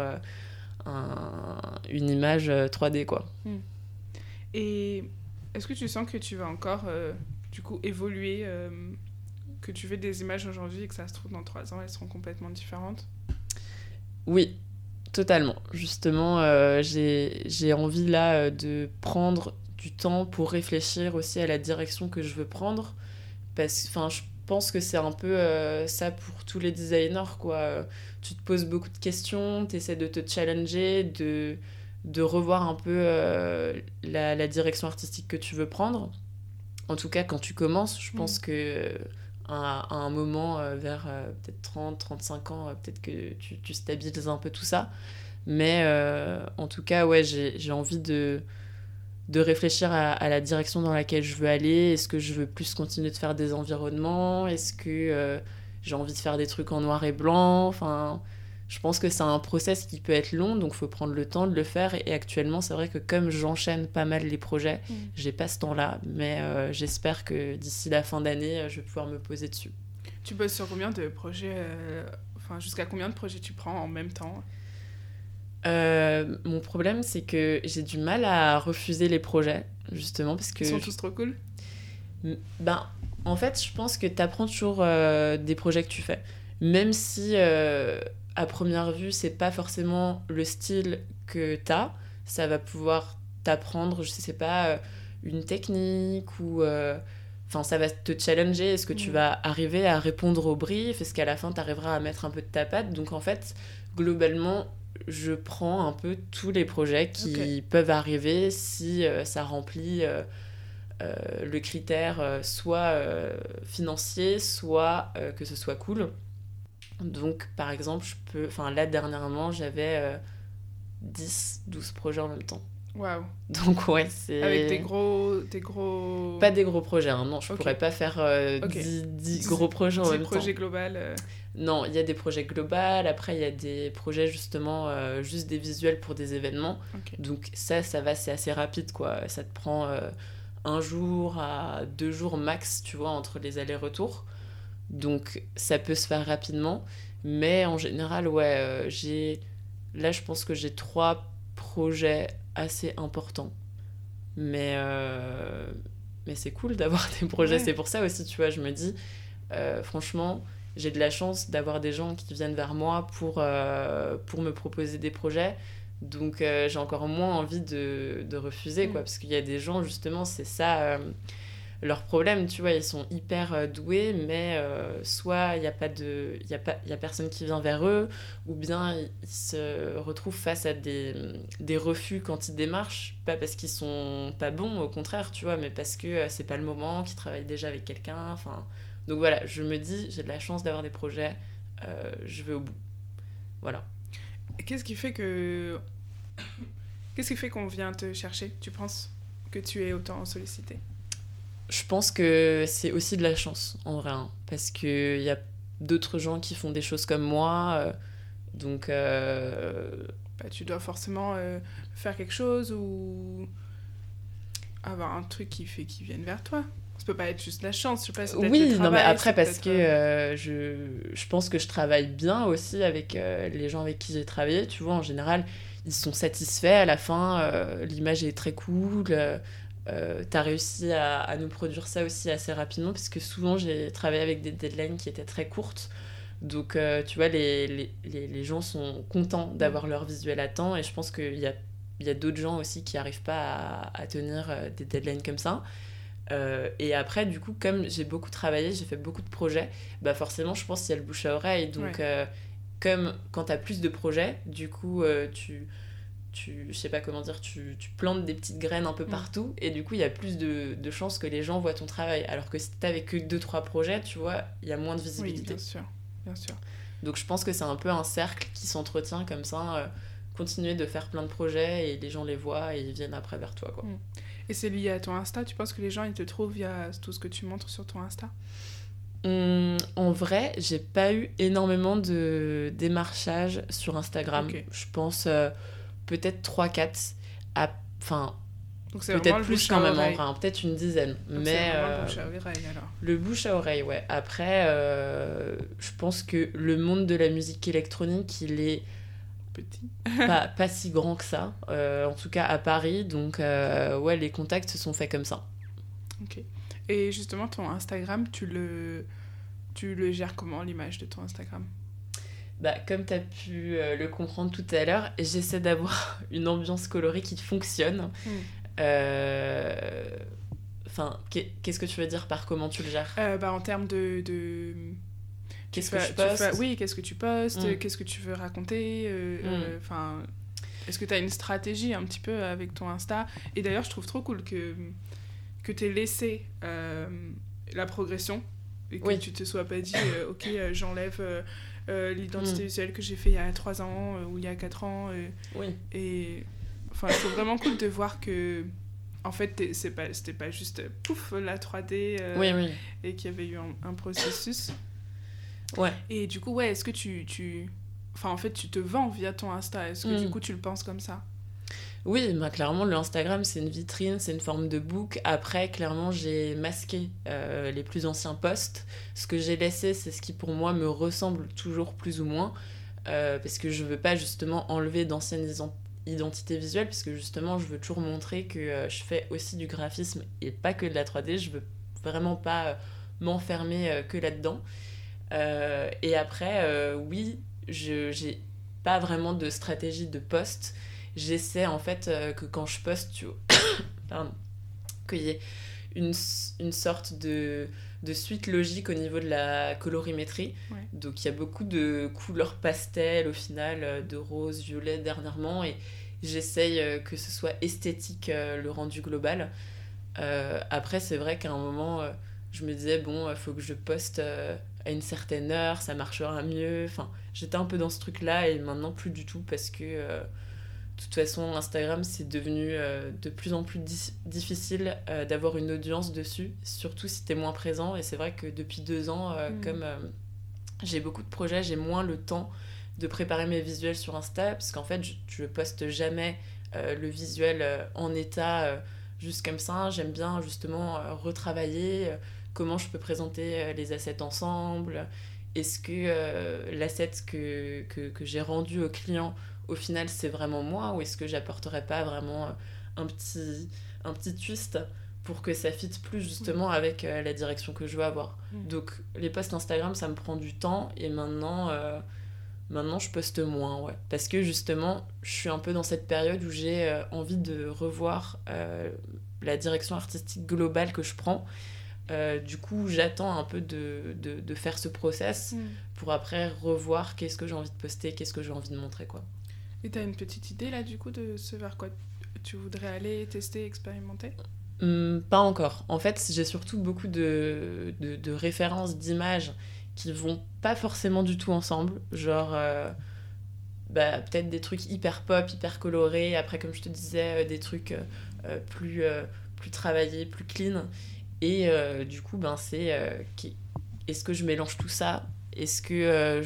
une image 3D, quoi. Et est-ce que tu sens que tu vas encore du coup évoluer, que tu fais des images aujourd'hui et que ça se trouve dans 3 ans elles seront complètement différentes ? Oui, totalement. Justement, j'ai envie là de prendre du temps pour réfléchir aussi à la direction que je veux prendre. Parce que pense que c'est un peu ça pour tous les designers, quoi. Tu te poses beaucoup de questions, tu essaies de te challenger, de revoir un peu la direction artistique que tu veux prendre. En tout cas, quand tu commences, je pense que à un moment, vers peut-être 30, 35 ans, peut-être que tu stabilises un peu tout ça. Mais en tout cas, ouais, j'ai envie de réfléchir à la direction dans laquelle je veux aller. Est-ce que je veux plus continuer de faire des environnements ? Est-ce que j'ai envie de faire des trucs en noir et blanc ? Enfin, je pense que c'est un process qui peut être long, donc il faut prendre le temps de le faire. Et actuellement, c'est vrai que comme j'enchaîne pas mal les projets, j'ai pas ce temps-là. Mais j'espère que d'ici la fin d'année, je vais pouvoir me poser dessus. Tu bosses sur combien de projets jusqu'à combien de projets tu prends en même temps ? Mon problème, c'est que j'ai du mal à refuser les projets, justement, parce que... Ils sont tous trop cool ? Ben, en fait, je pense que t'apprends toujours des projets que tu fais. Même si, à première vue, c'est pas forcément le style que t'as, ça va pouvoir t'apprendre, je sais pas, une technique ou... Enfin, ça va te challenger. Est-ce que tu vas arriver à répondre au brief ? Est-ce qu'à la fin, t'arriveras à mettre un peu de ta patte ? Donc, en fait, globalement... je prends un peu tous les projets qui peuvent arriver si ça remplit le critère soit financier, soit que ce soit cool. Donc, par exemple, là, dernièrement, j'avais 10-12 projets en même temps. Waouh. Donc, ouais, c'est... Avec des gros... Pas des gros projets, hein. Non, je pourrais pas faire 10 gros projets en même temps. 10 projets globaux Non, il y a des projets globaux, après il y a des projets justement juste des visuels pour des événements. Donc ça va, c'est assez rapide, quoi. Ça te prend 1 jour à 2 jours max, tu vois, entre les allers-retours. Donc ça peut se faire rapidement. Mais en général, ouais, là je pense que j'ai 3 projets assez importants. Mais c'est cool d'avoir des projets. Ouais. C'est pour ça aussi, tu vois, je me dis, franchement... j'ai de la chance d'avoir des gens qui viennent vers moi pour me proposer des projets. Donc, j'ai encore moins envie de refuser, quoi. Parce qu'il y a des gens, justement, c'est ça leur problème, tu vois. Ils sont hyper doués, mais soit il n'y a personne qui vient vers eux, ou bien ils se retrouvent face à des refus quand ils démarchent. Pas parce qu'ils sont pas bons, au contraire, tu vois, mais parce que c'est pas le moment, qu'ils travaillent déjà avec quelqu'un, enfin... Donc voilà, je me dis, j'ai de la chance d'avoir des projets, je vais au bout. Voilà. Et qu'est-ce qui fait qu'on vient te chercher ? Tu penses que tu es autant sollicité ? Je pense que c'est aussi de la chance, en vrai. Hein, parce qu'il y a d'autres gens qui font des choses comme moi. Donc... tu dois forcément faire quelque chose ou avoir un truc qui fait qu'ils viennent vers toi. Ça peut pas être juste la chance, je sais pas, c'est peut-être le travail, non mais après parce que je pense que je travaille bien aussi avec les gens avec qui j'ai travaillé, tu vois, en général, ils sont satisfaits à la fin, l'image est très cool, t'as réussi à nous produire ça aussi assez rapidement, parce que souvent j'ai travaillé avec des deadlines qui étaient très courtes, donc tu vois, les gens sont contents d'avoir leur visuel à temps, et je pense qu'il y a d'autres gens aussi qui n'arrivent pas à tenir des deadlines comme ça. Et après, du coup, comme j'ai beaucoup travaillé, j'ai fait beaucoup de projets, bah forcément, je pense qu'il y a le bouche à oreille. Donc, comme quand tu as plus de projets, du coup, je sais pas comment dire, tu plantes des petites graines un peu partout, et du coup, il y a plus de chances que les gens voient ton travail. Alors que si t'avais que 2-3 projets, tu vois, il y a moins de visibilité. Oui, bien sûr. Donc, je pense que c'est un peu un cercle qui s'entretient comme ça. Continuer de faire plein de projets, et les gens les voient, et ils viennent après vers toi, quoi. Et c'est lié à ton Insta ? Tu penses que les gens ils te trouvent via tout ce que tu montres sur ton Insta ? En vrai, j'ai pas eu énormément de démarchage sur Instagram. Je pense peut-être 3-4. Donc c'est peut-être le plus quand même, en vrai, hein, peut-être une dizaine. Donc mais c'est vraiment le bouche à oreille alors. Le bouche à oreille, ouais. Après, je pense que le monde de la musique électronique, il est petit. pas si grand que ça, en tout cas à Paris, donc ouais, les contacts se sont faits comme ça. Ok. Et justement, ton Instagram, tu le gères comment, l'image de ton Instagram ? Bah, comme tu as pu le comprendre tout à l'heure, j'essaie d'avoir une ambiance colorée qui fonctionne. Enfin, qu'est-ce que tu veux dire par comment tu le gères? En termes de... Qu'est-ce que je poste? Oui, qu'est-ce que tu postes? Qu'est-ce que tu veux raconter? Est-ce que tu as une stratégie un petit peu avec ton Insta? Et d'ailleurs, je trouve trop cool que tu aies laissé la progression et que tu te sois pas dit ok, j'enlève l'identité visuelle que j'ai fait il y a 3 ans ou il y a 4 ans. Et enfin, c'est vraiment cool de voir que en fait, c'était pas juste pouf la 3D et qu'il y avait eu un processus. Ouais. Et du coup, est-ce que tu... Enfin, en fait, tu te vends via ton Insta. Est-ce que du coup, tu le penses comme ça? Oui, clairement, le Instagram, c'est une vitrine, c'est une forme de book. Après, clairement, j'ai masqué les plus anciens posts. Ce que j'ai laissé, c'est ce qui, pour moi, me ressemble toujours plus ou moins. Parce que je veux pas, justement, enlever d'anciennes identités visuelles, parce que, justement, je veux toujours montrer que je fais aussi du graphisme et pas que de la 3D. Je veux vraiment pas m'enfermer que là-dedans. Et après, oui, j'ai pas vraiment de stratégie de post. J'essaie en fait que quand je poste, qu'il y ait une sorte de suite logique au niveau de la colorimétrie. Ouais. Donc il y a beaucoup de couleurs pastel au final, de rose, violet dernièrement, et j'essaye que ce soit esthétique le rendu global. Après, c'est vrai qu'à un moment, je me disais, bon, faut que je poste à une certaine heure, ça marchera mieux. Enfin, j'étais un peu dans ce truc-là et maintenant plus du tout parce que de toute façon, Instagram, c'est devenu de plus en plus difficile d'avoir une audience dessus, surtout si t'es moins présent. Et c'est vrai que depuis 2 ans, comme j'ai beaucoup de projets, j'ai moins le temps de préparer mes visuels sur Insta parce qu'en fait, je poste jamais le visuel en état juste comme ça. J'aime bien justement retravailler comment je peux présenter les assets ensemble. Est-ce que l'asset que j'ai rendu au client, au final, c'est vraiment moi, ou est-ce que j'apporterais pas vraiment un petit twist pour que ça fitte plus justement avec la direction que je veux avoir. Donc les posts Instagram, ça me prend du temps, et maintenant je poste moins, ouais. Parce que justement, je suis un peu dans cette période où j'ai envie de revoir la direction artistique globale que je prends. Du coup, j'attends un peu de faire ce process pour après revoir qu'est-ce que j'ai envie de poster, qu'est-ce que j'ai envie de montrer, quoi. Et t'as une petite idée là du coup de ce vers quoi tu voudrais aller tester, expérimenter? Pas encore. En fait, j'ai surtout beaucoup de références, d'images qui vont pas forcément du tout ensemble. Genre, peut-être des trucs hyper pop, hyper colorés. Après, comme je te disais, des trucs plus travaillés, plus clean. Et du coup, c'est... est-ce que je mélange tout ça ? Est-ce que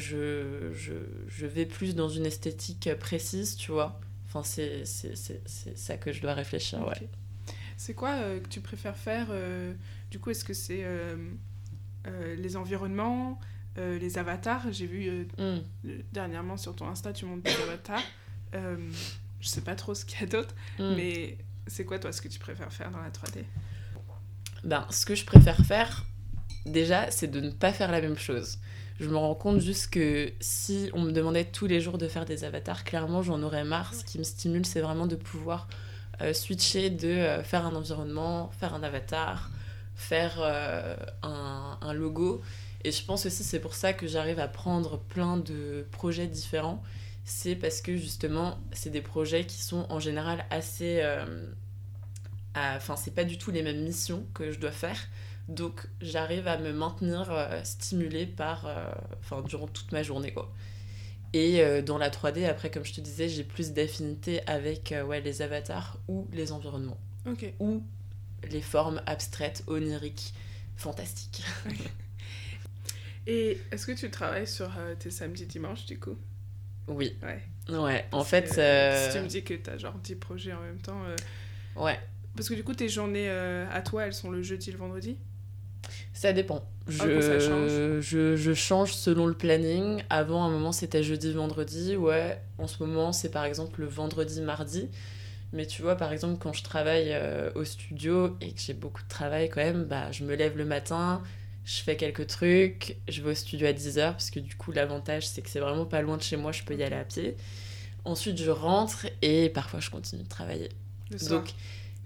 je vais plus dans une esthétique précise, tu vois ? Enfin, c'est ça que je dois réfléchir, okay. Ouais. C'est quoi que tu préfères faire du coup, est-ce que c'est les environnements, les avatars ? J'ai vu dernièrement sur ton Insta, tu montes des avatars. Je sais pas trop ce qu'il y a d'autre, mais c'est quoi, toi, ce que tu préfères faire dans la 3D ? Ce que je préfère faire, déjà, c'est de ne pas faire la même chose. Je me rends compte juste que si on me demandait tous les jours de faire des avatars, clairement, j'en aurais marre. Ce qui me stimule, c'est vraiment de pouvoir switcher de faire un environnement, faire un avatar, faire un logo. Et je pense aussi, c'est pour ça que j'arrive à prendre plein de projets différents. C'est parce que, justement, c'est des projets qui sont en général assez... c'est pas du tout les mêmes missions que je dois faire. Donc, j'arrive à me maintenir stimulée durant toute ma journée, quoi. Et dans la 3D, après, comme je te disais, j'ai plus d'affinité avec les avatars ou les environnements. Okay. Ou les formes abstraites, oniriques, fantastiques. Okay. Et est-ce que tu travailles sur tes samedis dimanches, du coup ? Oui. Ouais. En fait... Si tu me dis que t'as genre 10 projets en même temps... Ouais. Parce que du coup, tes journées à toi, elles sont le jeudi et le vendredi ? Ça dépend. Ça change. Je change selon le planning. Avant, à un moment, c'était jeudi, vendredi. Ouais, en ce moment, c'est par exemple le vendredi, mardi. Mais tu vois, par exemple, quand je travaille au studio et que j'ai beaucoup de travail quand même, je me lève le matin, je fais quelques trucs, je vais au studio à 10h, parce que du coup, l'avantage, c'est que c'est vraiment pas loin de chez moi, je peux y aller à pied. Ensuite, je rentre et parfois, je continue de travailler. Le soir. Donc,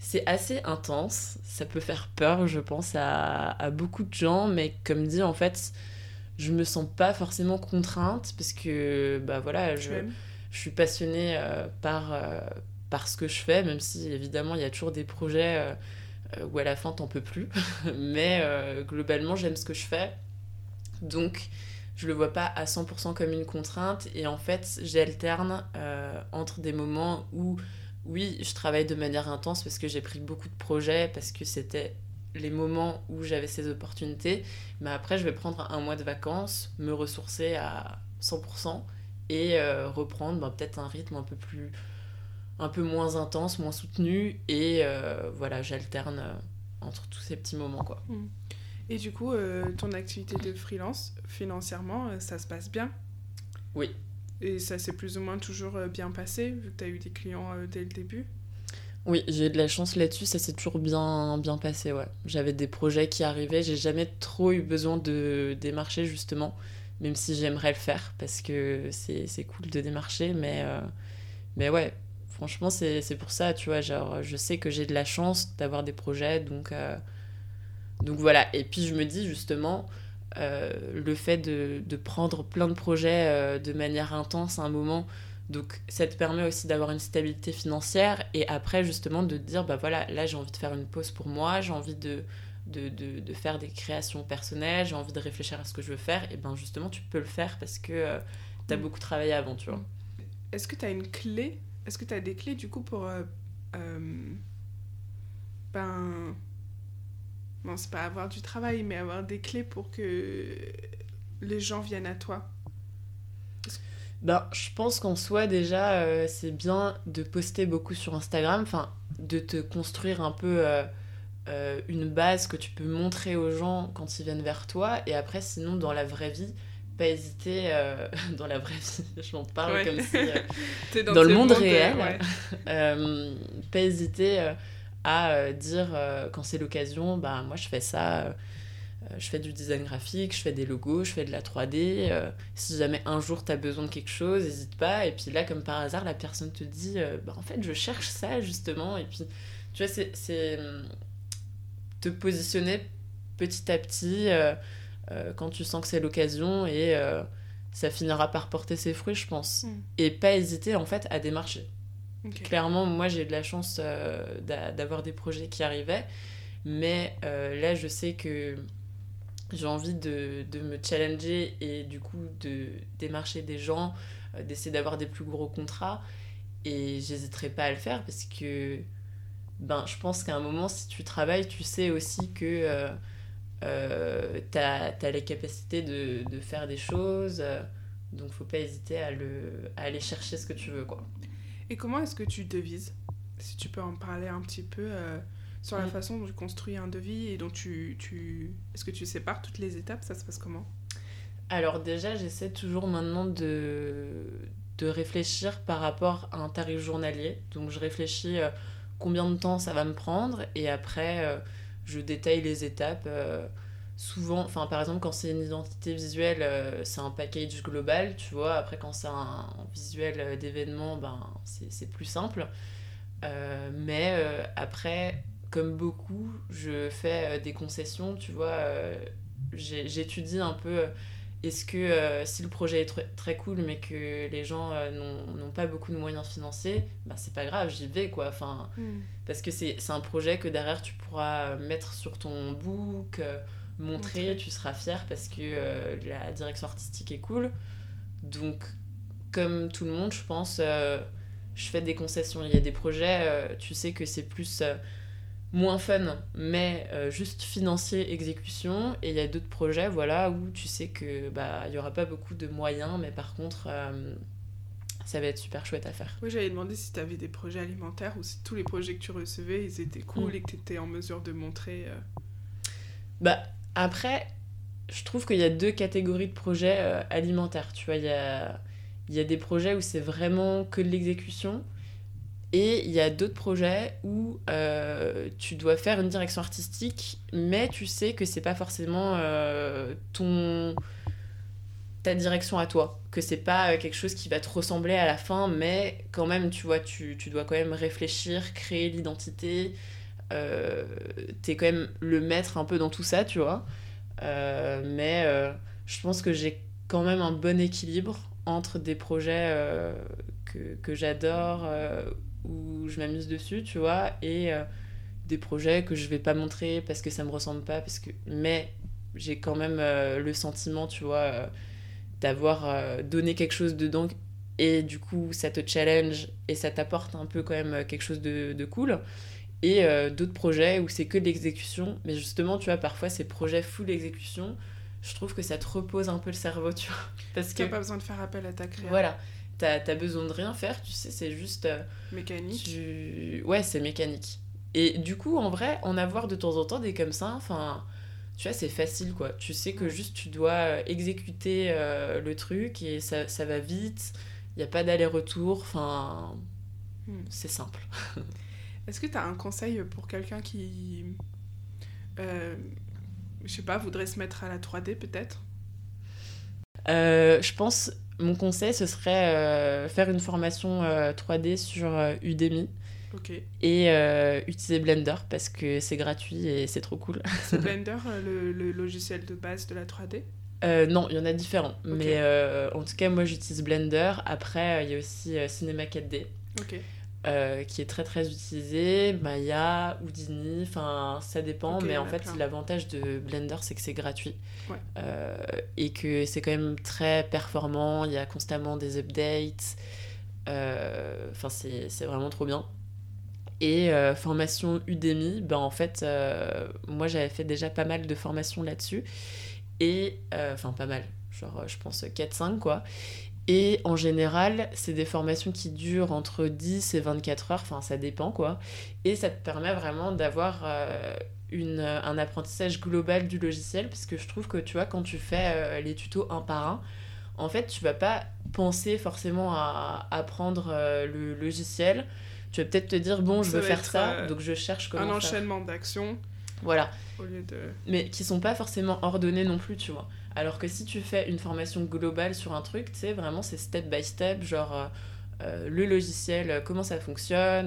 C'est assez intense, ça peut faire peur, je pense, à beaucoup de gens, mais comme dit, en fait, je me sens pas forcément contrainte, parce que, bah voilà, je suis passionnée par ce que je fais, même si, évidemment, il y a toujours des projets où à la fin, t'en peux plus. Mais globalement, j'aime ce que je fais, donc je le vois pas à 100% comme une contrainte, et en fait, j'alterne entre des moments où oui, je travaille de manière intense parce que j'ai pris beaucoup de projets, parce que c'était les moments où j'avais ces opportunités. Mais après, je vais prendre un mois de vacances, me ressourcer à 100% et reprendre peut-être un rythme un peu moins intense, moins soutenu. Et voilà, j'alterne entre tous ces petits moments, quoi. Et du coup, ton activité de freelance, financièrement, ça se passe bien ? Oui. Et ça s'est plus ou moins toujours bien passé, vu que tu as eu des clients dès le début ? Oui, j'ai eu de la chance là-dessus, ça s'est toujours bien passé, ouais. J'avais des projets qui arrivaient, j'ai jamais trop eu besoin de démarcher, justement, même si j'aimerais le faire, parce que c'est cool de démarcher, mais ouais, franchement, c'est pour ça, tu vois, genre, je sais que j'ai de la chance d'avoir des projets, donc voilà. Et puis je me dis, justement, le fait de prendre plein de projets de manière intense à un moment, donc ça te permet aussi d'avoir une stabilité financière, et après justement de te dire bah voilà, là j'ai envie de faire une pause pour moi, j'ai envie de faire des créations personnelles, j'ai envie de réfléchir à ce que je veux faire, et ben justement tu peux le faire parce que t'as beaucoup travaillé avant, tu vois. Est-ce que t'as une clé ? Est-ce que t'as des clés du coup pour non, c'est pas avoir du travail, mais avoir des clés pour que les gens viennent à toi ? Ben, je pense qu'en soi, déjà, c'est bien de poster beaucoup sur Instagram, enfin, de te construire un peu une base que tu peux montrer aux gens quand ils viennent vers toi. Et après, sinon, dans la vraie vie, pas hésiter... dans la vraie vie, je m'en parle comme si... dans le monde réel, pas hésiter à dire, quand c'est l'occasion, bah, moi, je fais ça... je fais du design graphique, je fais des logos, je fais de la 3D. Si jamais un jour t'as besoin de quelque chose, n'hésite pas. Et puis là, comme par hasard, la personne te dit bah, en fait, je cherche ça justement. Et puis, tu vois, c'est te positionner petit à petit quand tu sens que c'est l'occasion, et ça finira par porter ses fruits, je pense. Et pas hésiter en fait à démarcher. Okay. Clairement, moi j'ai eu de la chance d'avoir des projets qui arrivaient, mais là je sais que j'ai envie de me challenger et du coup de démarcher des gens, d'essayer d'avoir des plus gros contrats, et j'hésiterai pas à le faire parce que ben, je pense qu'à un moment, si tu travailles, tu sais aussi que t'as les capacités de faire des choses, donc faut pas hésiter à aller chercher ce que tu veux, quoi. Et comment est-ce que tu devises ? Si tu peux en parler un petit peu sur la façon dont tu construis un devis et dont est-ce que tu sépares toutes les étapes ? Ça se passe comment ? Alors déjà, j'essaie toujours maintenant de réfléchir par rapport à un tarif journalier. Donc je réfléchis combien de temps ça va me prendre, et après je détaille les étapes. Souvent, par exemple, quand c'est une identité visuelle, c'est un package global, tu vois. Après, quand c'est un visuel d'événement, ben, c'est plus simple. Mais après, comme beaucoup, je fais des concessions, tu vois. J'étudie un peu, est-ce que si le projet est très cool, mais que les gens n'ont pas beaucoup de moyens financiers, bah, c'est pas grave, j'y vais, quoi. Parce que c'est un projet que derrière, tu pourras mettre sur ton book, montrer, tu seras fier parce que la direction artistique est cool. Donc, comme tout le monde, je pense, je fais des concessions. Il y a des projets, tu sais que c'est plus moins fun, mais juste financier, exécution. Et il y a d'autres projets, voilà, où tu sais que bah, y aura pas beaucoup de moyens, mais par contre, ça va être super chouette à faire. Oui, j'avais demandé si tu avais des projets alimentaires ou si tous les projets que tu recevais, ils étaient cool et que tu étais en mesure de montrer... Bah, après, je trouve qu'il y a deux catégories de projets alimentaires. Tu vois, il y a des projets où c'est vraiment que de l'exécution, et il y a d'autres projets où tu dois faire une direction artistique, mais tu sais que c'est pas forcément ta direction à toi, que c'est pas quelque chose qui va te ressembler à la fin, mais quand même, tu vois, tu dois quand même réfléchir, créer l'identité, t'es quand même le maître un peu dans tout ça, tu vois. Mais je pense que j'ai quand même un bon équilibre entre des projets que j'adore, où je m'amuse dessus, tu vois, et des projets que je vais pas montrer parce que ça me ressemble pas, mais j'ai quand même le sentiment, tu vois, d'avoir donné quelque chose dedans, et du coup ça te challenge et ça t'apporte un peu quand même quelque chose de cool. Et d'autres projets où c'est que de l'exécution, mais justement, tu vois, parfois ces projets full exécution, je trouve que ça te repose un peu le cerveau, tu vois, parce que t'as pas besoin de faire appel à ta créa. voilà, t'as besoin de rien faire, tu sais, c'est juste mécanique. Ouais, c'est mécanique. Et du coup, en vrai, en avoir de temps en temps des comme ça, enfin, tu vois, c'est facile, quoi. Tu sais que juste tu dois exécuter le truc et ça va vite, il n'y a pas d'aller-retour, enfin, c'est simple. Est-ce que tu as un conseil pour quelqu'un qui, je sais pas, voudrait se mettre à la 3D peut-être ? Je pense, mon conseil, ce serait faire une formation 3D sur Udemy. Okay. Et utiliser Blender parce que c'est gratuit et c'est trop cool. C'est Blender le logiciel de base de la 3D ? Non, il y en a différents. Okay. Mais en tout cas, moi, j'utilise Blender. Après, il y a aussi Cinema 4D. Okay. Qui est très très utilisé, Maya, Houdini, enfin ça dépend, mais en fait l'avantage de Blender c'est que c'est gratuit, et que c'est quand même très performant, il y a constamment des updates, enfin c'est vraiment trop bien. Et formation Udemy, en fait moi j'avais fait déjà pas mal de formations là-dessus, et enfin pas mal, genre je pense 4-5 quoi. Et en général, c'est des formations qui durent entre 10 et 24 heures, enfin ça dépend quoi. Et ça te permet vraiment d'avoir un apprentissage global du logiciel, parce que je trouve que tu vois, quand tu fais les tutos un par un, en fait tu vas pas penser forcément à apprendre le logiciel. Tu vas peut-être te dire, bon, je veux faire ça, donc je cherche comment faire. Un enchaînement d'actions. Voilà. Au lieu de... Mais qui sont pas forcément ordonnées non plus, tu vois. Alors que si tu fais une formation globale sur un truc, tu sais, vraiment c'est step by step, genre le logiciel, comment ça fonctionne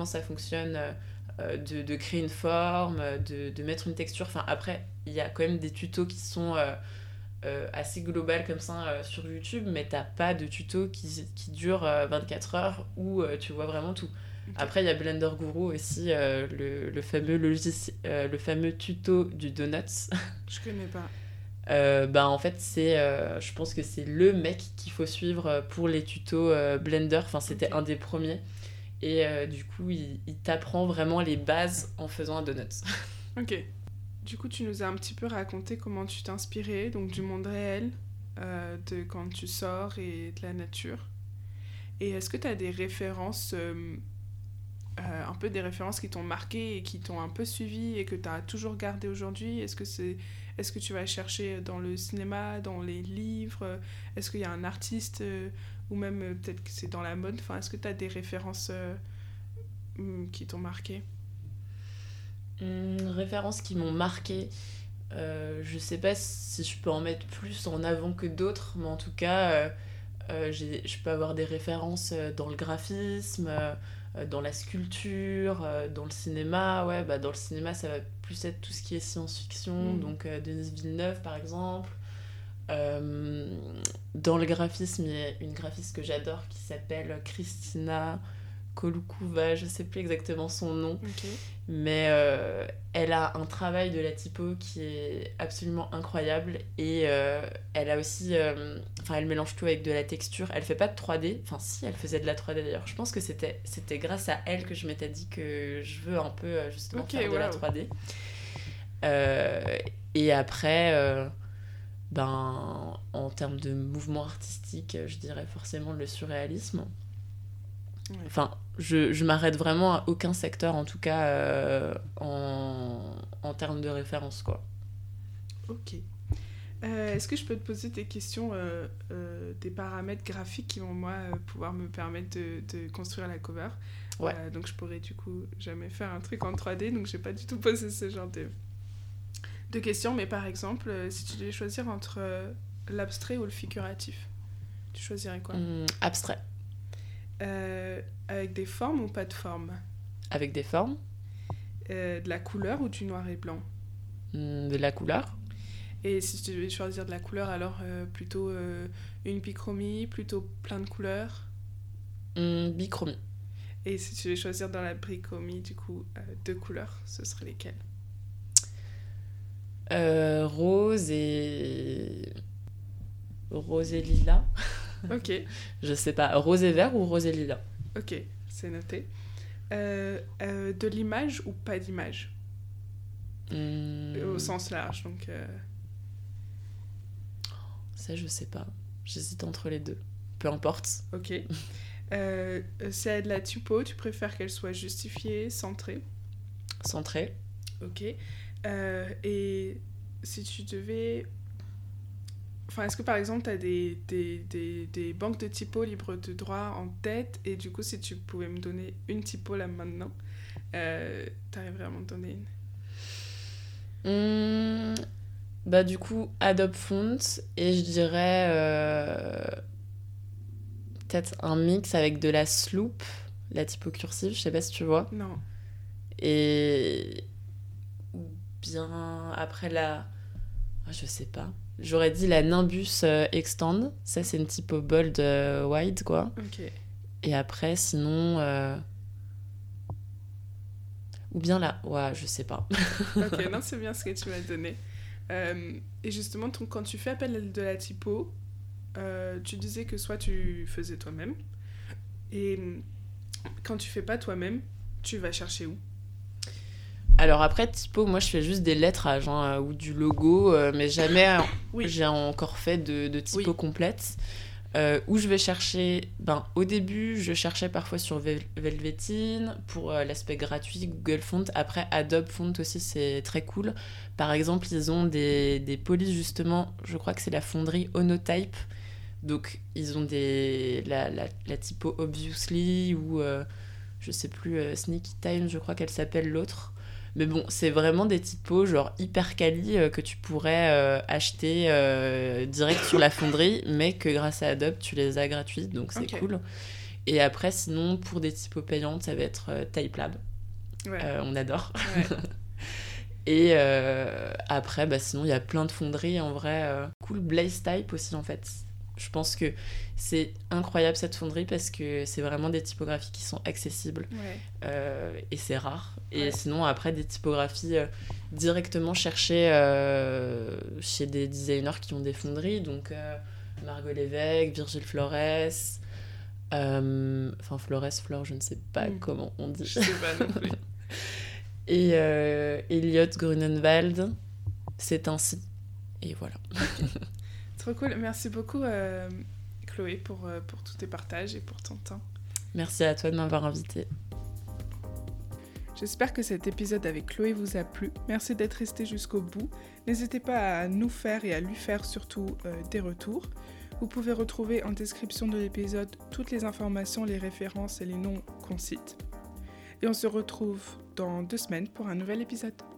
de créer une forme, de mettre une texture. Enfin, après, il y a quand même des tutos qui sont assez globales comme ça sur YouTube, mais t'as pas de tuto qui dure 24 heures où tu vois vraiment tout. Okay. Après, il y a Blender Guru aussi, le fameux tuto du Donuts. Je connais pas. En fait, je pense que c'est le mec qu'il faut suivre pour les tutos Blender. Enfin, c'était un des premiers. Et du coup, il t'apprend vraiment les bases en faisant un donut. Ok. Du coup, tu nous as un petit peu raconté comment tu t'inspirais, donc du monde réel, de quand tu sors et de la nature. Et est-ce que tu as des références, un peu des références qui t'ont marqué et qui t'ont un peu suivi et que tu as toujours gardé aujourd'hui ? Est-ce que tu vas chercher dans le cinéma, dans les livres ? Est-ce qu'il y a un artiste ou même peut-être que c'est dans la mode ? Enfin, est-ce que tu as des références qui t'ont marqué ? Références qui m'ont marqué, je sais pas si je peux en mettre plus en avant que d'autres, mais en tout cas, je peux avoir des références dans le graphisme, dans la sculpture, dans le cinéma. Ouais, dans le cinéma, ça va plus être tout ce qui est science-fiction, donc Denis Villeneuve par exemple. Dans le graphisme, il y a une graphiste que j'adore qui s'appelle Christina Kolukova, je sais plus exactement son nom, mais elle a un travail de la typo qui est absolument incroyable, et elle a aussi, elle mélange tout avec de la texture. Elle fait pas de 3D, enfin si, elle faisait de la 3D d'ailleurs. Je pense que c'était grâce à elle que je m'étais dit que je veux un peu justement faire de la 3D. Et après, en termes de mouvement artistique, je dirais forcément le surréalisme. Ouais. Enfin, je m'arrête vraiment à aucun secteur, en tout cas en termes de référence, quoi. Ok. Est-ce que je peux te poser des questions, des paramètres graphiques qui vont, moi, pouvoir me permettre de construire la cover ? Ouais. Donc, je pourrais, du coup, jamais faire un truc en 3D, donc je n'ai pas du tout posé ce genre de questions. Mais par exemple, si tu devais choisir entre l'abstrait ou le figuratif? Tu choisirais quoi? Abstrait. Avec des formes ou pas de formes? Avec des formes. De la couleur ou du noir et blanc? De la couleur. Et si tu devais choisir de la couleur, alors plutôt une bichromie, plutôt plein de couleurs? Bichromie. Et si tu devais choisir dans la bichromie, du coup, 2 couleurs, ce seraient lesquelles? Rose et lilas. Ok. Je sais pas, rose et vert ou rose et lilas? Ok, c'est noté. De l'image ou pas d'image? Au sens large, donc... Ça, je sais pas. J'hésite entre les deux. Peu importe. Ok. C'est de la typo, tu préfères qu'elle soit justifiée, centrée? Centrée. Ok. Et si tu devais... Enfin, est-ce que par exemple, tu as des banques de typos libres de droit en tête, et du coup, si tu pouvais me donner une typo là maintenant, t'arriverais à m'en donner une? Bah du coup, Adobe Font, et je dirais peut-être un mix avec de la Sloop, la typo cursive, je sais pas si tu vois. Non. Et ou bien après je sais pas. J'aurais dit la Nimbus Extend, ça c'est une typo bold wide quoi. Ok. Et après sinon ou bien là, ouais, je sais pas. Ok, non, c'est bien ce que tu m'as donné. Et justement, quand tu fais appel à de la typo, tu disais que soit tu faisais toi-même, et quand tu fais pas toi-même, tu vas chercher où? Alors après, typo, moi je fais juste des lettrages ou du logo, mais jamais Oui. j'ai encore fait de typo complète. Où je vais chercher, au début, je cherchais parfois sur Velveteen pour l'aspect gratuit, Google Font. Après, Adobe Font aussi, c'est très cool. Par exemple, ils ont des polices, justement, je crois que c'est la fonderie Onotype. Donc, ils ont la typo Obviously ou, je sais plus, Sneaky Time, je crois qu'elle s'appelle l'autre. Mais bon, c'est vraiment des typos genre hyper quali que tu pourrais acheter direct sur la fonderie, mais que grâce à Adobe, tu les as gratuites, donc c'est cool. Et après, sinon, pour des typos payantes, ça va être Typelab. Ouais. On adore. Ouais. Et après, sinon, il y a plein de fonderies, en vrai. Cool, Blaze Type aussi, en fait. Je pense que c'est incroyable cette fonderie parce que c'est vraiment des typographies qui sont accessibles et c'est rare. Et sinon, après, des typographies directement cherchées chez des designers qui ont des fonderies. Donc, Margot Lévesque, Virgile Flores, Flore, je ne sais pas comment on dit. Je sais pas non plus. Et Elliot Grunenwald, c'est ainsi. Et voilà. Trop cool. Merci beaucoup, Chloé, pour tous tes partages et pour ton temps. Merci à toi de m'avoir invitée. J'espère que cet épisode avec Chloé vous a plu. Merci d'être resté jusqu'au bout. N'hésitez pas à nous faire et à lui faire surtout des retours. Vous pouvez retrouver en description de l'épisode toutes les informations, les références et les noms qu'on cite. Et on se retrouve dans 2 semaines pour un nouvel épisode.